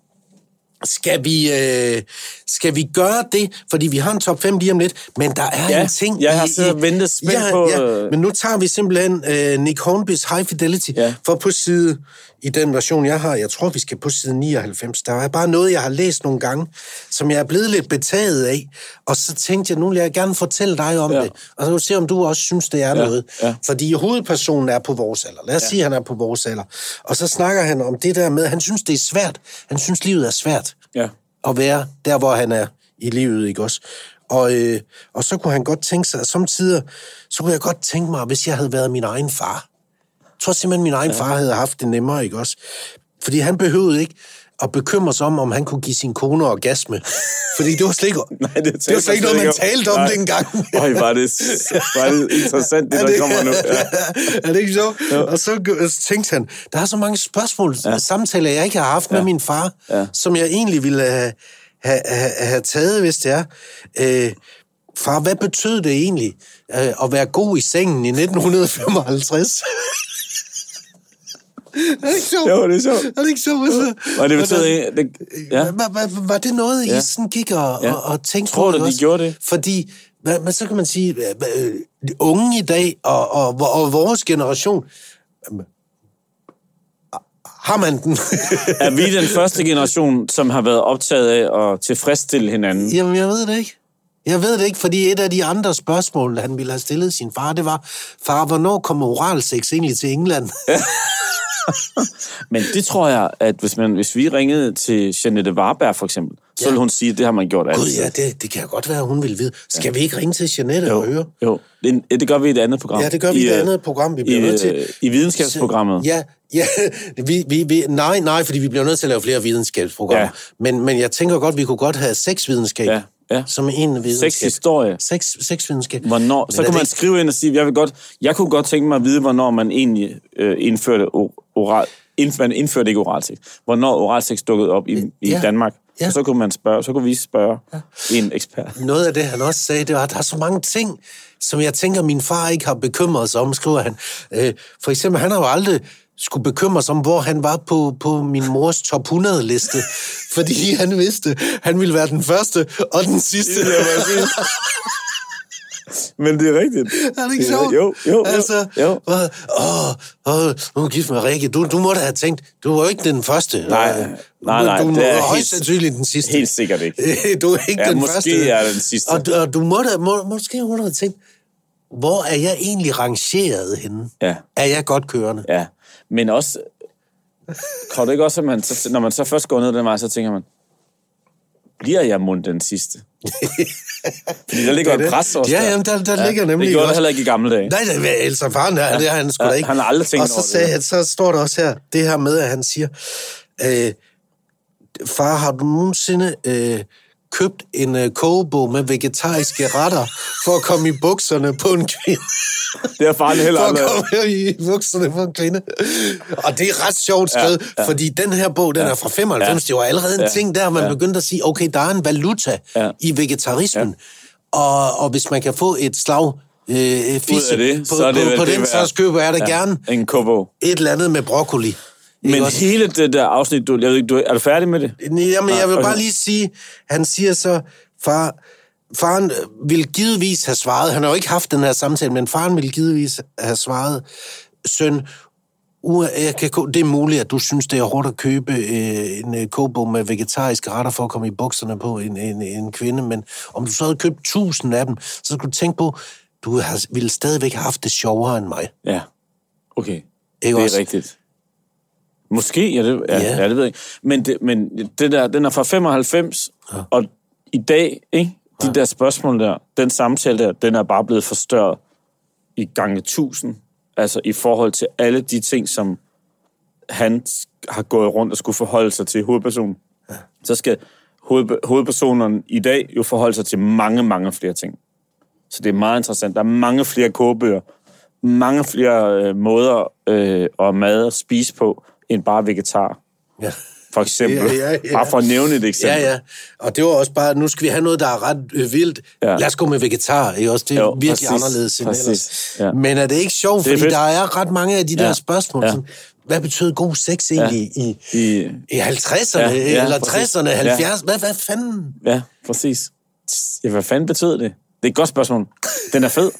Skal vi gøre det? Fordi vi har en top 5 lige om lidt, men der er en ting... Jeg har så ventet spændt på... Ja, men nu tager vi simpelthen Nick Hornbys High Fidelity, for på side... I den version, jeg har, jeg tror, vi skal på side 99. Der er bare noget, jeg har læst nogle gange, som jeg er blevet lidt betaget af, og så tænkte jeg, nu vil jeg gerne fortælle dig om det, og så vil se, om du også synes, det er noget. Ja. Fordi hovedpersonen er på vores alder. Lad os sige, han er på vores alder. Og så snakker han om det der med, han synes, det er svært. Han synes, livet er svært at være der, hvor han er i livet, ikke også? Og så kunne han godt tænke sig, at samtidig, så kunne jeg godt tænke mig, hvis jeg havde været min egen far. Jeg tror simpelthen, min egen far havde haft det nemmere, ikke også? Fordi han behøvede ikke at bekymre sig om han kunne give sin kone orgasme. Fordi det var slet ikke, det var slet ikke noget, man talte om dengang. Øj, var det interessant, det der kommer nu. Ja. Er det ikke så? Og så tænkte han, der er så mange spørgsmål, samtaler, jeg ikke har haft med min far, som jeg egentlig ville have taget, hvis det er. Far, hvad betød det egentlig at være god i sengen i 1955? Er det ikke sjovt? Jo, det er sjovt. Er det ikke sjovt? Og det betød var det noget, I sådan gik og tænkte på? Tror du, de gjorde det? Fordi, men så kan man sige, unge i dag og vores generation, har man den? Er vi den første generation, som har været optaget af at tilfredsstille hinanden? Jamen, jeg ved det ikke. Jeg ved det ikke, fordi et af de andre spørgsmål, han ville have stillet sin far, det var, far, hvornår kommer oralsex egentlig til England? Men det tror jeg, at hvis vi ringede til Jeanette Varberg for eksempel, så ville hun sige, at det har man gjort altid. Gud, ja, det kan godt være, hun ville vide. Skal vi ikke ringe til Jeanette og høre? Jo, det gør vi i et andet program. Ja, det gør vi i et andet program. Vi bliver nødt til... I videnskabsprogrammet. Ja, nej, fordi vi bliver nødt til at lave flere videnskabsprogrammer. Ja. Men jeg tænker godt, vi kunne godt have sexvidenskab. Ja. Som en videnskab. Sexhistorie. Sexvidenskab. Hvornår? Så kunne man skrive ind og sige, jeg kunne godt tænke mig at vide, hvornår man egentlig indførte man indførte ikke oralsex. Hvornår oralsex dukkede op i Danmark. Ja. Og så kunne vi spørge en ekspert. Noget af det, han også sagde, det var, at der er så mange ting, som jeg tænker, min far ikke har bekymret sig om, skriver han. For eksempel, han har jo aldrig skulle bekymre sig om, hvor han var på min mors top 100-liste. Fordi han vidste, han ville være den første og den sidste. Men det er rigtigt. Er det ikke sjovt? Jo. Altså, nu er gift med Rikke. Du må da have tænkt, du var jo ikke den første. Nej. Du er højst sandsynligt den sidste. Helt sikkert ikke. Du er ikke den måske første. Måske er den sidste. Og du måske må have tænkt, hvor er jeg egentlig rangeret henne? Ja. Er jeg godt kørende? Ja, men også... Kan det ikke også, at når man så først går ned den vej, så tænker man, bliver jeg mund den sidste? Fordi der ligger et pres også. Ja, jamen, der ligger nemlig... Det gjorde der heller ikke i gamle dage. Nej, altså faren der, det har han sgu da ikke. Han har aldrig tænkt over det. Og så står der også her, det her med, at han siger, far, har du nogensinde købt en kogebog med vegetariske retter for at komme i bukserne på en kvinde? Det er faren heller aldrig. For at komme i bukserne på en kvinde. Og det er ret sjovt skrevet, fordi den her bog, den er fra 95. Det var allerede en ting der, man begyndte at sige, okay, der er en valuta i vegetarismen. Og hvis man kan få et slag fisse på den, så køber jeg da gerne en kogebog. Et eller andet med broccoli. Men hele det der afsnit, er du færdig med det? Jamen, jeg vil bare lige sige, han siger så, faren ville givetvis have svaret, han har jo ikke haft den her samtale, men faren ville givetvis have svaret, søn, det er muligt, at du synes, det er hårdt at købe en kogebog med vegetariske retter for at komme i bukserne på en kvinde, men om du så havde købt 1000 af dem, så skulle du tænke på, du ville stadigvæk have haft det sjovere end mig. Ja, okay. Ikke det også? Er rigtigt. Måske, det ved jeg ikke. Men det der, den er fra 95, og i dag, ikke? De der spørgsmål der, den samtale der, den er bare blevet forstørret i gange 1000. Altså i forhold til alle de ting, som han har gået rundt og skulle forholde sig til hovedpersonen. Ja. Så skal hovedpersonerne i dag jo forholde sig til mange, mange flere ting. Så det er meget interessant. Der er mange flere kogebøger, mange flere måder og mad at spise på, end bare vegetar. Ja. For eksempel. Ja. Bare for at nævne et eksempel. Ja. Og det var også bare, nu skal vi have noget, der er ret vildt. Ja. Lad os gå med vegetar, ikke også? Det er virkelig præcis, anderledes end ellers. Ja. Men er det ikke sjovt, fordi der er ret mange af de der spørgsmål, som, hvad betød god sex egentlig i 50'erne, eller 60'erne, 70'erne? Hvad fanden? Ja, præcis. Ja, hvad fanden betød det? Det er et godt spørgsmål. Den er fed.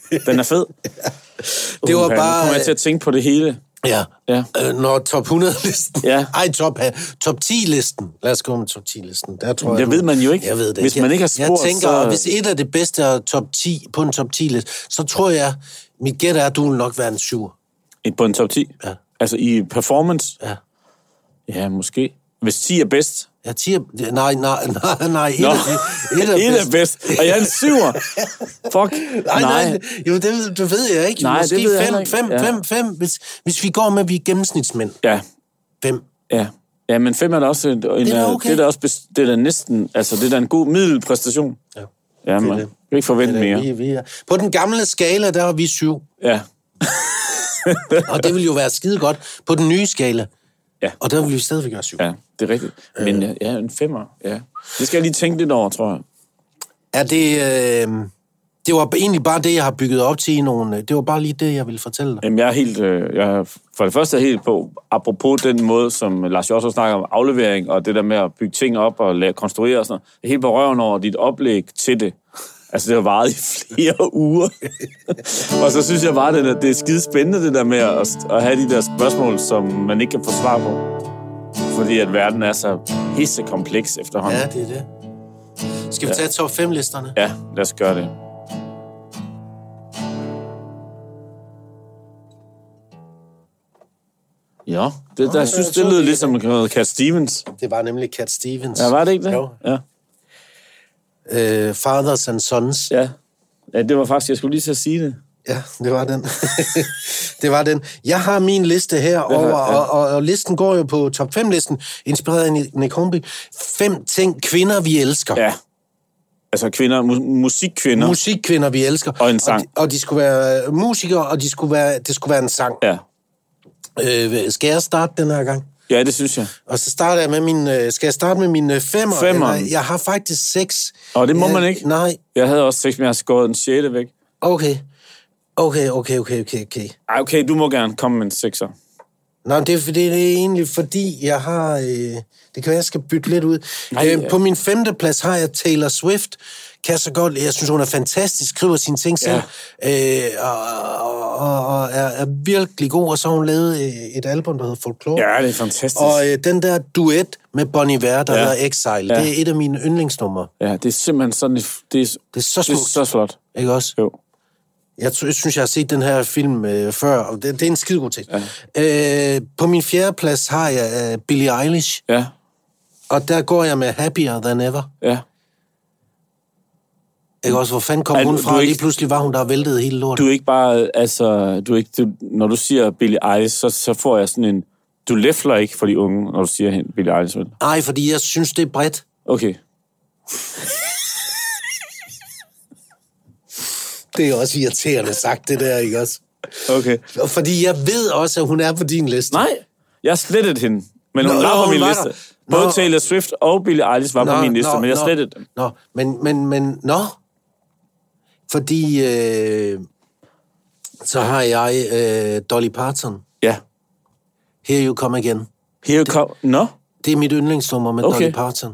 Det var bare... Nu kommer jeg til at tænke på det hele. Ja. Når top 100-listen... Ja. Ej, top 10-listen. Lad os gå med top 10-listen. Der tror det ved man jo ikke. Jeg ved det hvis man ikke har spurgt, jeg tænker, så... hvis et af det bedste er top 10 på en top 10-liste, så tror jeg, mit gæt er, at du vil nok være en 7. På en top 10? Ja. Altså i performance? Ja. Ja, måske. Hvis 10 er bedst? Ja, 10 er... Nej. Et er bedst. Og jeg er en 7'er. Fuck. Nej. Jo, det ved jeg ikke. Nej, måske det ved jeg ikke. 5. Hvis vi går med, vi er gennemsnitsmænd. Ja. 5. Ja, men 5 er da også... Det er da næsten... Altså, det er da en god middelpræstation. Ja, man kan ikke forvente mere. Vi er. På den gamle skala, der er vi 7. Ja. Og det vil jo være skide godt på den nye skala. Ja. Og der vil vi stadigvæk gøre 7. Ja, det er rigtigt. Men en 5'er, ja. Det skal jeg lige tænke lidt over, tror jeg. Er det... Det var egentlig bare det, jeg har bygget op til i nogle... Det var bare lige det, jeg ville fortælle dig. Jamen, jeg er helt... for det første er jeg helt på... Apropos den måde, som Lars Josser snakker om aflevering, og det der med at bygge ting op og konstruere og sådan noget. Jeg er helt på røven over dit oplæg til det. Altså, det har varet i flere uger. Og så synes jeg bare, det er skide spændende, det der med at have de der spørgsmål, som man ikke kan få svar på. Fordi at verden er så hissekompleks efterhånden. Ja, det er det. Skal vi tage top 5-listerne? Ja, lad os gøre det. Ja, jeg synes, det lød lidt som Cat Stevens. Det var nemlig Cat Stevens. Ja, var det ikke det? Jo. Ja. Fathers and Sons. Ja, det var faktisk, jeg skulle lige til at sige det. Ja, det var den. Det var den. Jeg har min liste her og listen går jo på top 5-listen, inspireret af Nick Hornby. 5 ting, kvinder vi elsker. Ja, altså kvinder, musikkvinder. Musikkvinder vi elsker. Og en sang. Og de skulle være musikere, og det skulle være en sang. Ja. Skal jeg starte den her gang? Ja, det synes jeg. Og så starter jeg med skal jeg starte med mine 5'er? Jeg har faktisk 6. Og det må man ikke? Nej. Jeg havde også 6, men jeg har skåret den 6. væk. Okay. Ej, okay, du må gerne komme med en 6'er. Nå, det er egentlig fordi, jeg har... det kan være, jeg skal bytte lidt ud. På min 5. plads har jeg Taylor Swift. Kan så godt... Jeg synes, hun er fantastisk, skriver sine ting selv. Og er virkelig god. Og så har hun lavet et album, der hedder Folklore. Ja, det er fantastisk. Og den der duet med Bon Iver, der hedder Exile, det er et af mine yndlingsnumre. Ja, det er simpelthen sådan... Det er så smukt. Det er så flot. Ikke også? Jo. Jeg synes, jeg har set den her film før, og det er en skidegod tekst. Ja. På min 4. plads har jeg Billie Eilish. Ja. Og der går jeg med Happier Than Ever. Ja. Ikke også? Hvor fanden kom hun fra? Lige pludselig var hun der væltede hele lortet. Du er ikke bare, altså... når du siger Billie Eilish, så får jeg sådan en... Du læfler ikke for de unge, når du siger Billie Eilish. Nej, fordi jeg synes, det er bredt. Okay. Det er også irriterende sagt, det der, ikke også? Okay. Fordi jeg ved også, at hun er på din liste. Nej, jeg har slettet hende. Men hun var på min liste. Både Taylor Swift og Billie Eilish var på min liste, men jeg slettede dem. Men fordi så har jeg Dolly Parton. Ja. Here You Come Again. Here You Come... Nå? Det er mit yndlingsnummer med Dolly Parton.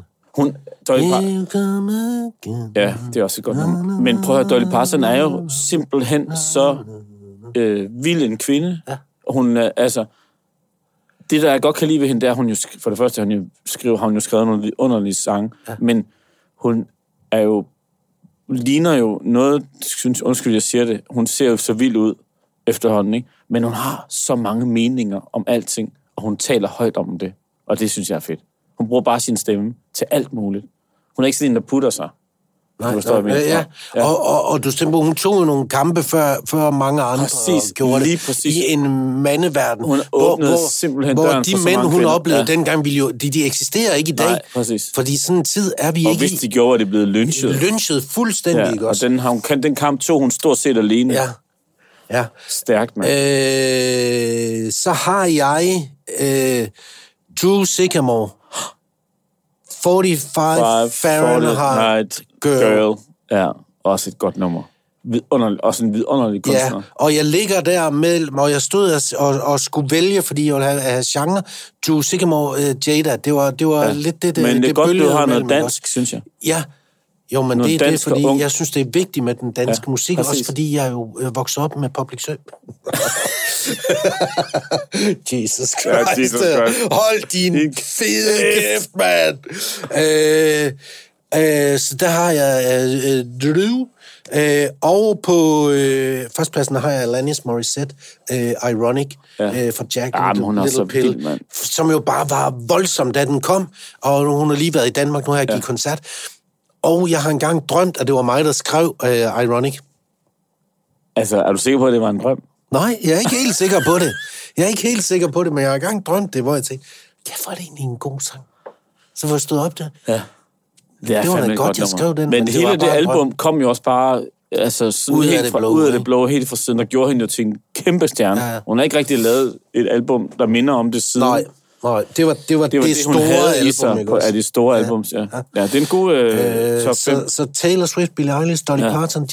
Ja, det er også et godt nummer. Men prøv at høre, Dolly Parton er jo simpelthen så vild en kvinde. Ja. Hun altså... Det, der jeg godt kan lide ved hende, det er, hun jo, for det første, har hun jo skrevet nogle underlige sange, men hun er jo, ligner jo noget, undskyld, jeg siger det, hun ser jo så vild ud efterhånden, ikke? Men hun har så mange meninger om alting, og hun taler højt om det, og det synes jeg er fedt. Hun bruger bare sin stemme til alt muligt. Hun er ikke sådan en, der putter sig. Nej. Og du stemmer, hun tog jo nogle kampe før mange andre gjorde det i en mandeverden. Hun åbnede simpelthen døren de mænd, hun oplevede dengang, de eksisterer ikke i dag. Nej, præcis. Fordi sådan en tid er vi ikke i. Og hvis de gjorde, var de blevet lynchet. Lynchet fuldstændig, ikke også? Og den kamp tog hun stort set alene. Ja. Stærkt, mand. Så har jeg Drew Sycamore. 45 Fahrenheit Girl. Ja, også et godt nummer. Også en vidunderlig kunstner. Ja, og jeg ligger der mellem, og jeg stod og skulle vælge, fordi jeg ville have genre. Drew Sycamore, Jada, det var lidt det. Men det er godt, du har noget dansk, synes jeg. Ja, jo, men det er fordi, jeg synes, det er vigtigt med den danske musik, præcis. Også fordi jeg jo vokset op med Public Service. Jesus Christ. Hold din fede kæft, mand. Så der har jeg Drew. Og på førstepladsen har jeg Alanis Morissette, Ironic, fra Jack and Little Pill, som jo bare var voldsom, da den kom, og hun har lige været i Danmark, nu har jeg givet koncert. Og jeg har engang drømt, at det var mig, der skrev Ironic. Altså, er du sikker på, at det var en drøm? Nej, jeg er ikke helt sikker på det. Men jeg har engang drømt det, hvor jeg tænkte, hvor er det egentlig en god sang? Så var jeg stået op der. Ja. Det var da godt, jeg skrev den. Men hele det album kom jo også bare ud af det blå, helt fra siden, og gjorde hende jo til en kæmpe stjerne. Ja. Hun har ikke rigtig lavet et album, der minder om det siden. Nej, det var det store album, ikke også? Af de store albums, ja. Ja, det er en god top 5. Så Taylor Swift, Billie Eilish, Dolly Parton,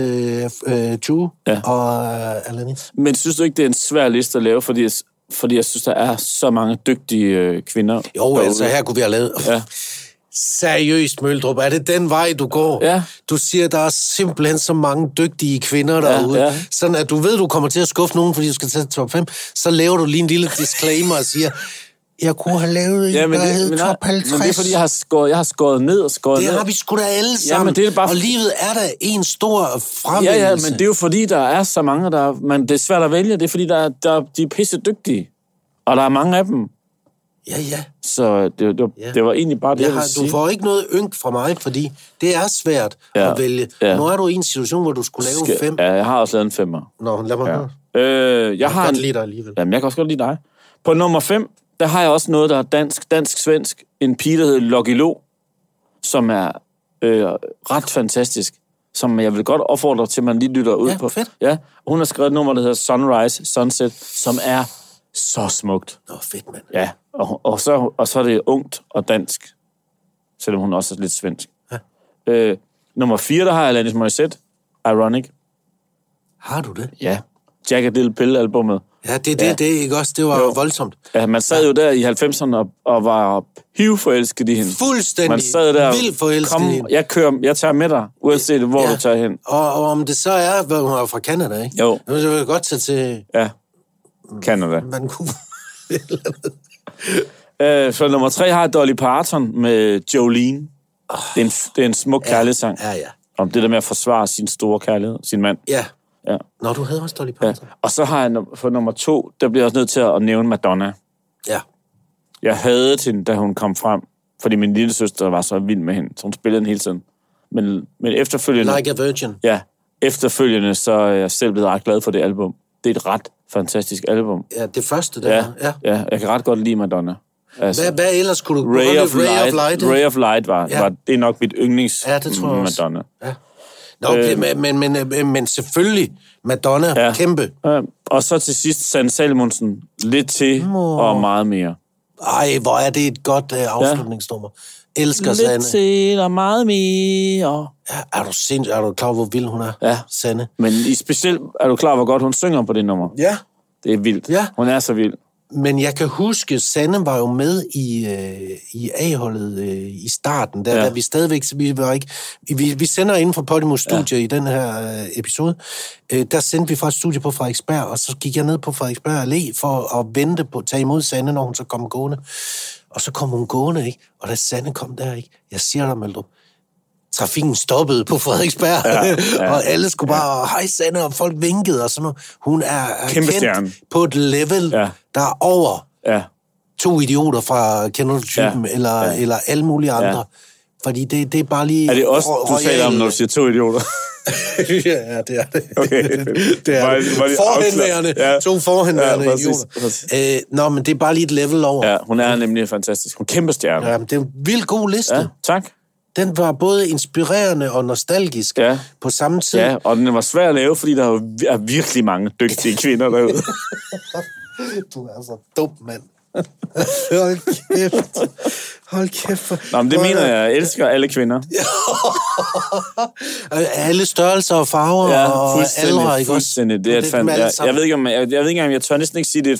Drew og Alanis. Men synes du ikke, det er en svær liste at lave, fordi jeg synes, der er så mange dygtige kvinder? Jo, altså her kunne vi have lavet... Ja. Seriøst, Møldrup, er det den vej, du går? Ja. Du siger, der er simpelthen så mange dygtige kvinder derude. Ja. Sådan at du ved, du kommer til at skuffe nogen, fordi du skal tage top 5. Så laver du lige en lille disclaimer og siger, jeg kunne have lavet en, der hed top 50. Men det er, fordi jeg har skåret ned og skåret ned. Det har vi sgu da alle sammen. Men det er bare... Og livet er da en stor fremvendelse. Ja, men det er jo fordi, der er så mange, men det er svært at vælge. Det er fordi, de er pisse dygtige. Og der er mange af dem. Ja. Så det var egentlig bare det, jeg ville sige. Du får ikke noget ynk fra mig, fordi det er svært at vælge. Ja. Nu er du i en situation, hvor du skulle lave 5. Ja, jeg har også lavet en 5'er. Nå, lad mig høre. Jeg kan godt lide dig alligevel. Jamen, jeg kan også godt lide dig. På nummer 5, der har jeg også noget, der er dansk-svensk. En pige, der hedder Lucky Lo, som er ret fantastisk. Som jeg vil godt opfordre til, at man lige lytter ud på. Fedt. Ja, hun har skrevet et nummer, der hedder Sunrise, Sunset, som er så smukt. Fedt, mand. Ja, og så er det ungt og dansk, selvom hun også er lidt svensk. Ja. Nummer 4, der har jeg Alanis Morissette, Ironic. Har du det? Ja. Jack and Little Pill-albummet. Ja, det er ikke også? Det var voldsomt. Ja, man sad jo der i 90'erne og var hivforelsket i hende. Fuldstændig. Man sad der, vildt forelsket i hende. Jeg tager med dig, uanset hvor du tager hen. Og om det så er, hvad hun er fra Canada, ikke? Jo. Så vil jeg godt tage til... Ja. Canada. Vancouver. Så nummer 3 har Dolly Parton med Jolene. Det er en smuk kærlighedssang. Ja. Om det der med at forsvare sin store kærlighed, sin mand. Ja. Nå, du havde også Dolly Parton. Ja. Og så har jeg for nummer 2, der bliver jeg også nødt til at nævne Madonna. Ja. Jeg hadede hende, da hun kom frem, fordi min lille søster var så vild med hende, så hun spillede den hele tiden. Men efterfølgende... Like a Virgin. Ja, efterfølgende, så er jeg selv blevet ret glad for det album. Det er et ret fantastisk album. Ja, det første der. Ja, jeg kan ret godt lide Madonna. Altså, hvad ellers kunne du... Ray of Light. Ray of Light var det er nok mit yndlings det tror jeg også. Madonna. Ja. Nå, men selvfølgelig Madonna, kæmpe. Og så til sidst Sanne Salomonsen, lidt til og meget mere. Ej, hvor er det et godt afslutningsnummer. Elsker Sanne. Lidt til og meget mere. Ja, er du klar, hvor vild hun er, Sanne? Men specielt er du klar, hvor godt hun synger på det nummer? Ja. Det er vildt. Ja. Hun er så vild. Men jeg kan huske, Sanne var jo med i A-holdet i starten, da vi stadigvæk, vi sender inden for Podimo Studie i den her episode, der sendte vi fra et studie på Frederiksberg, og så gik jeg ned på Frederiksberg Allé for at vente på at tage imod Sanne, når hun så kom gående. Og så kom hun gående, ikke? Og da Sanne kom der, ikke? Jeg siger dig, Møldrup, trafikken stoppede på Frederiksberg, og alle skulle bare, hej Sanne, og folk vinkede og sådan noget. Hun er kendt på et level, der er over 2 idioter fra Kender du typen, eller alle mulige andre. Fordi det er bare lige... Er det også, du taler om, når du siger 2 idioter? Ja, det er det. Okay. Det er forhenværende. 2 forhenværende idioter. Nå, men det er bare lige et level over. Ja, hun er nemlig fantastisk. Hun er kæmpe stjerne. Ja, det er en vildt god liste. Ja, tak. Den var både inspirerende og nostalgisk på samme tid. Ja, og den var svær at lave, fordi der er virkelig mange dygtige kvinder derude. Du er så dum, mand. Hold kæft. Nå, men det mener jeg elsker alle kvinder. Alle størrelser og farver og aldre, ikke også? Fuldstændig. Det er jeg ved ikke, om jeg tør næsten ikke sige, det er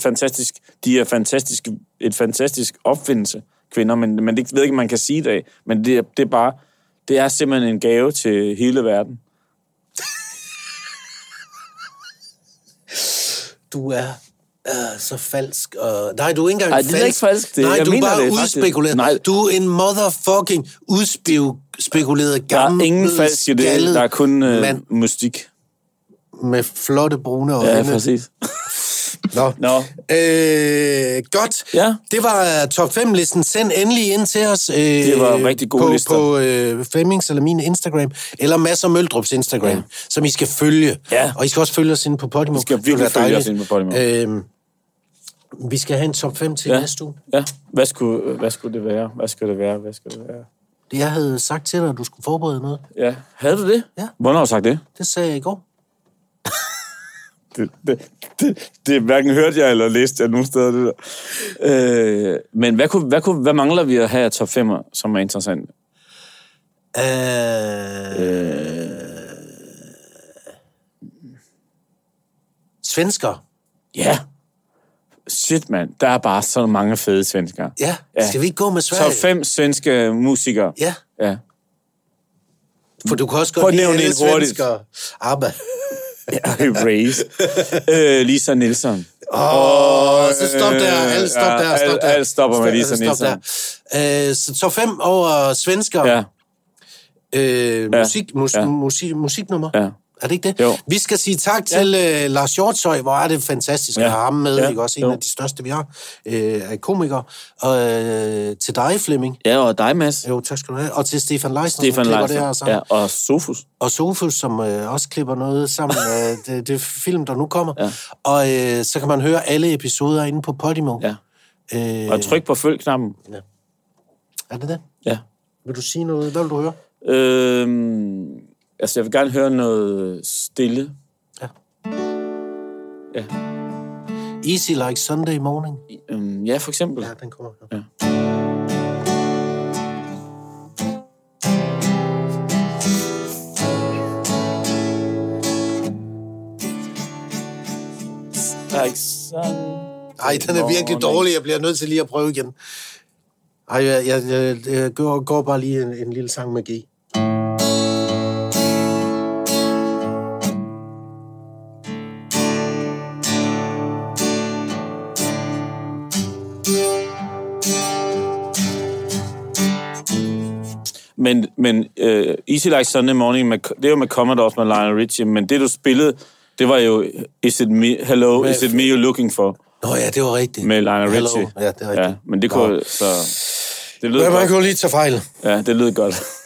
et fantastisk opfindelse, kvinder, men det ved ikke, om man kan sige i dag. Men det er simpelthen en gave til hele verden. Du er så falsk. Nej, du er ikke engang falsk. Nej, det er ikke falsk. Nej, du er bare udspekuleret. Nej. Du er en motherfucking udspekuleret gammel. Der er ingen falsk i det. Der er kun mystik. Med flotte brune øjne. Ja, præcis. Nå. Godt. Ja. Det var top 5-listen. Send endelig ind til os. Det var rigtig gode lister. På Flemmings eller min Instagram, eller Mads og Møldrups Instagram, som I skal følge. Ja. Og I skal også følge os inde på Podimo. Vi skal virkelig følge os inde på Podimo. Vi skal have en top 5 til næste uge. Ja. Hvad skulle det være? Jeg havde sagt til dig, at du skulle forberede noget. Ja. Havde du det? Ja. Hvornår har du sagt det? Det sagde jeg i går. Det hverken hørte jeg eller læste jeg nogen steder, det der. Men hvad mangler vi at have af top 5'er, som er interessant? Svensker. Ja. Shit, mand. Der er bare så mange fede svenskere. Ja. Skal vi ikke gå med Sverige? Top 5 svenske musikere. Ja. For du kan også godt lide alle svenskere. ABBA. Erase. Lisa Nilsson. Så stop der. Alt stopper med Lisa Nilsson. Så top 5 over svenskere. Musiknummer. Ja. Er det ikke det? Jo. Vi skal sige tak til Lars Hjortshøj, hvor er det fantastisk at have ham med, ikke også? En af de største, vi har, af komikere. Og til dig, Flemming. Ja, og dig, Mads. Jo, tak skal du have. Og til Stefan Leisner, som klipper det her sammen. Ja, og Sofus. Og Sofus, som også klipper noget sammen med det film, der nu kommer. Ja. Og så kan man høre alle episoder inde på Podimo. Ja. Og tryk på følg-knappen. Ja. Er det det? Ja. Vil du sige noget? Hvad vil du høre? Jeg vil gerne høre noget stille. Ja. Easy Like Sunday Morning. Ja, for eksempel. Ja, den kommer. Ja. Like sun. Ej, den er virkelig dårlig. Jeg bliver nødt til lige at prøve igen. Ej, jeg går bare lige en lille sang med G. Men Easy Like Sunday Morning, det er jo med Commodore med Lionel Richie, men det du spillede, det var jo Is It Me You're Looking For? Nå ja, det var rigtigt. Med Lionel Richie. Ja, det er rigtigt. Ja, men det kunne så... Det lød godt. Man kunne lige tage fejl. Ja, det lød godt.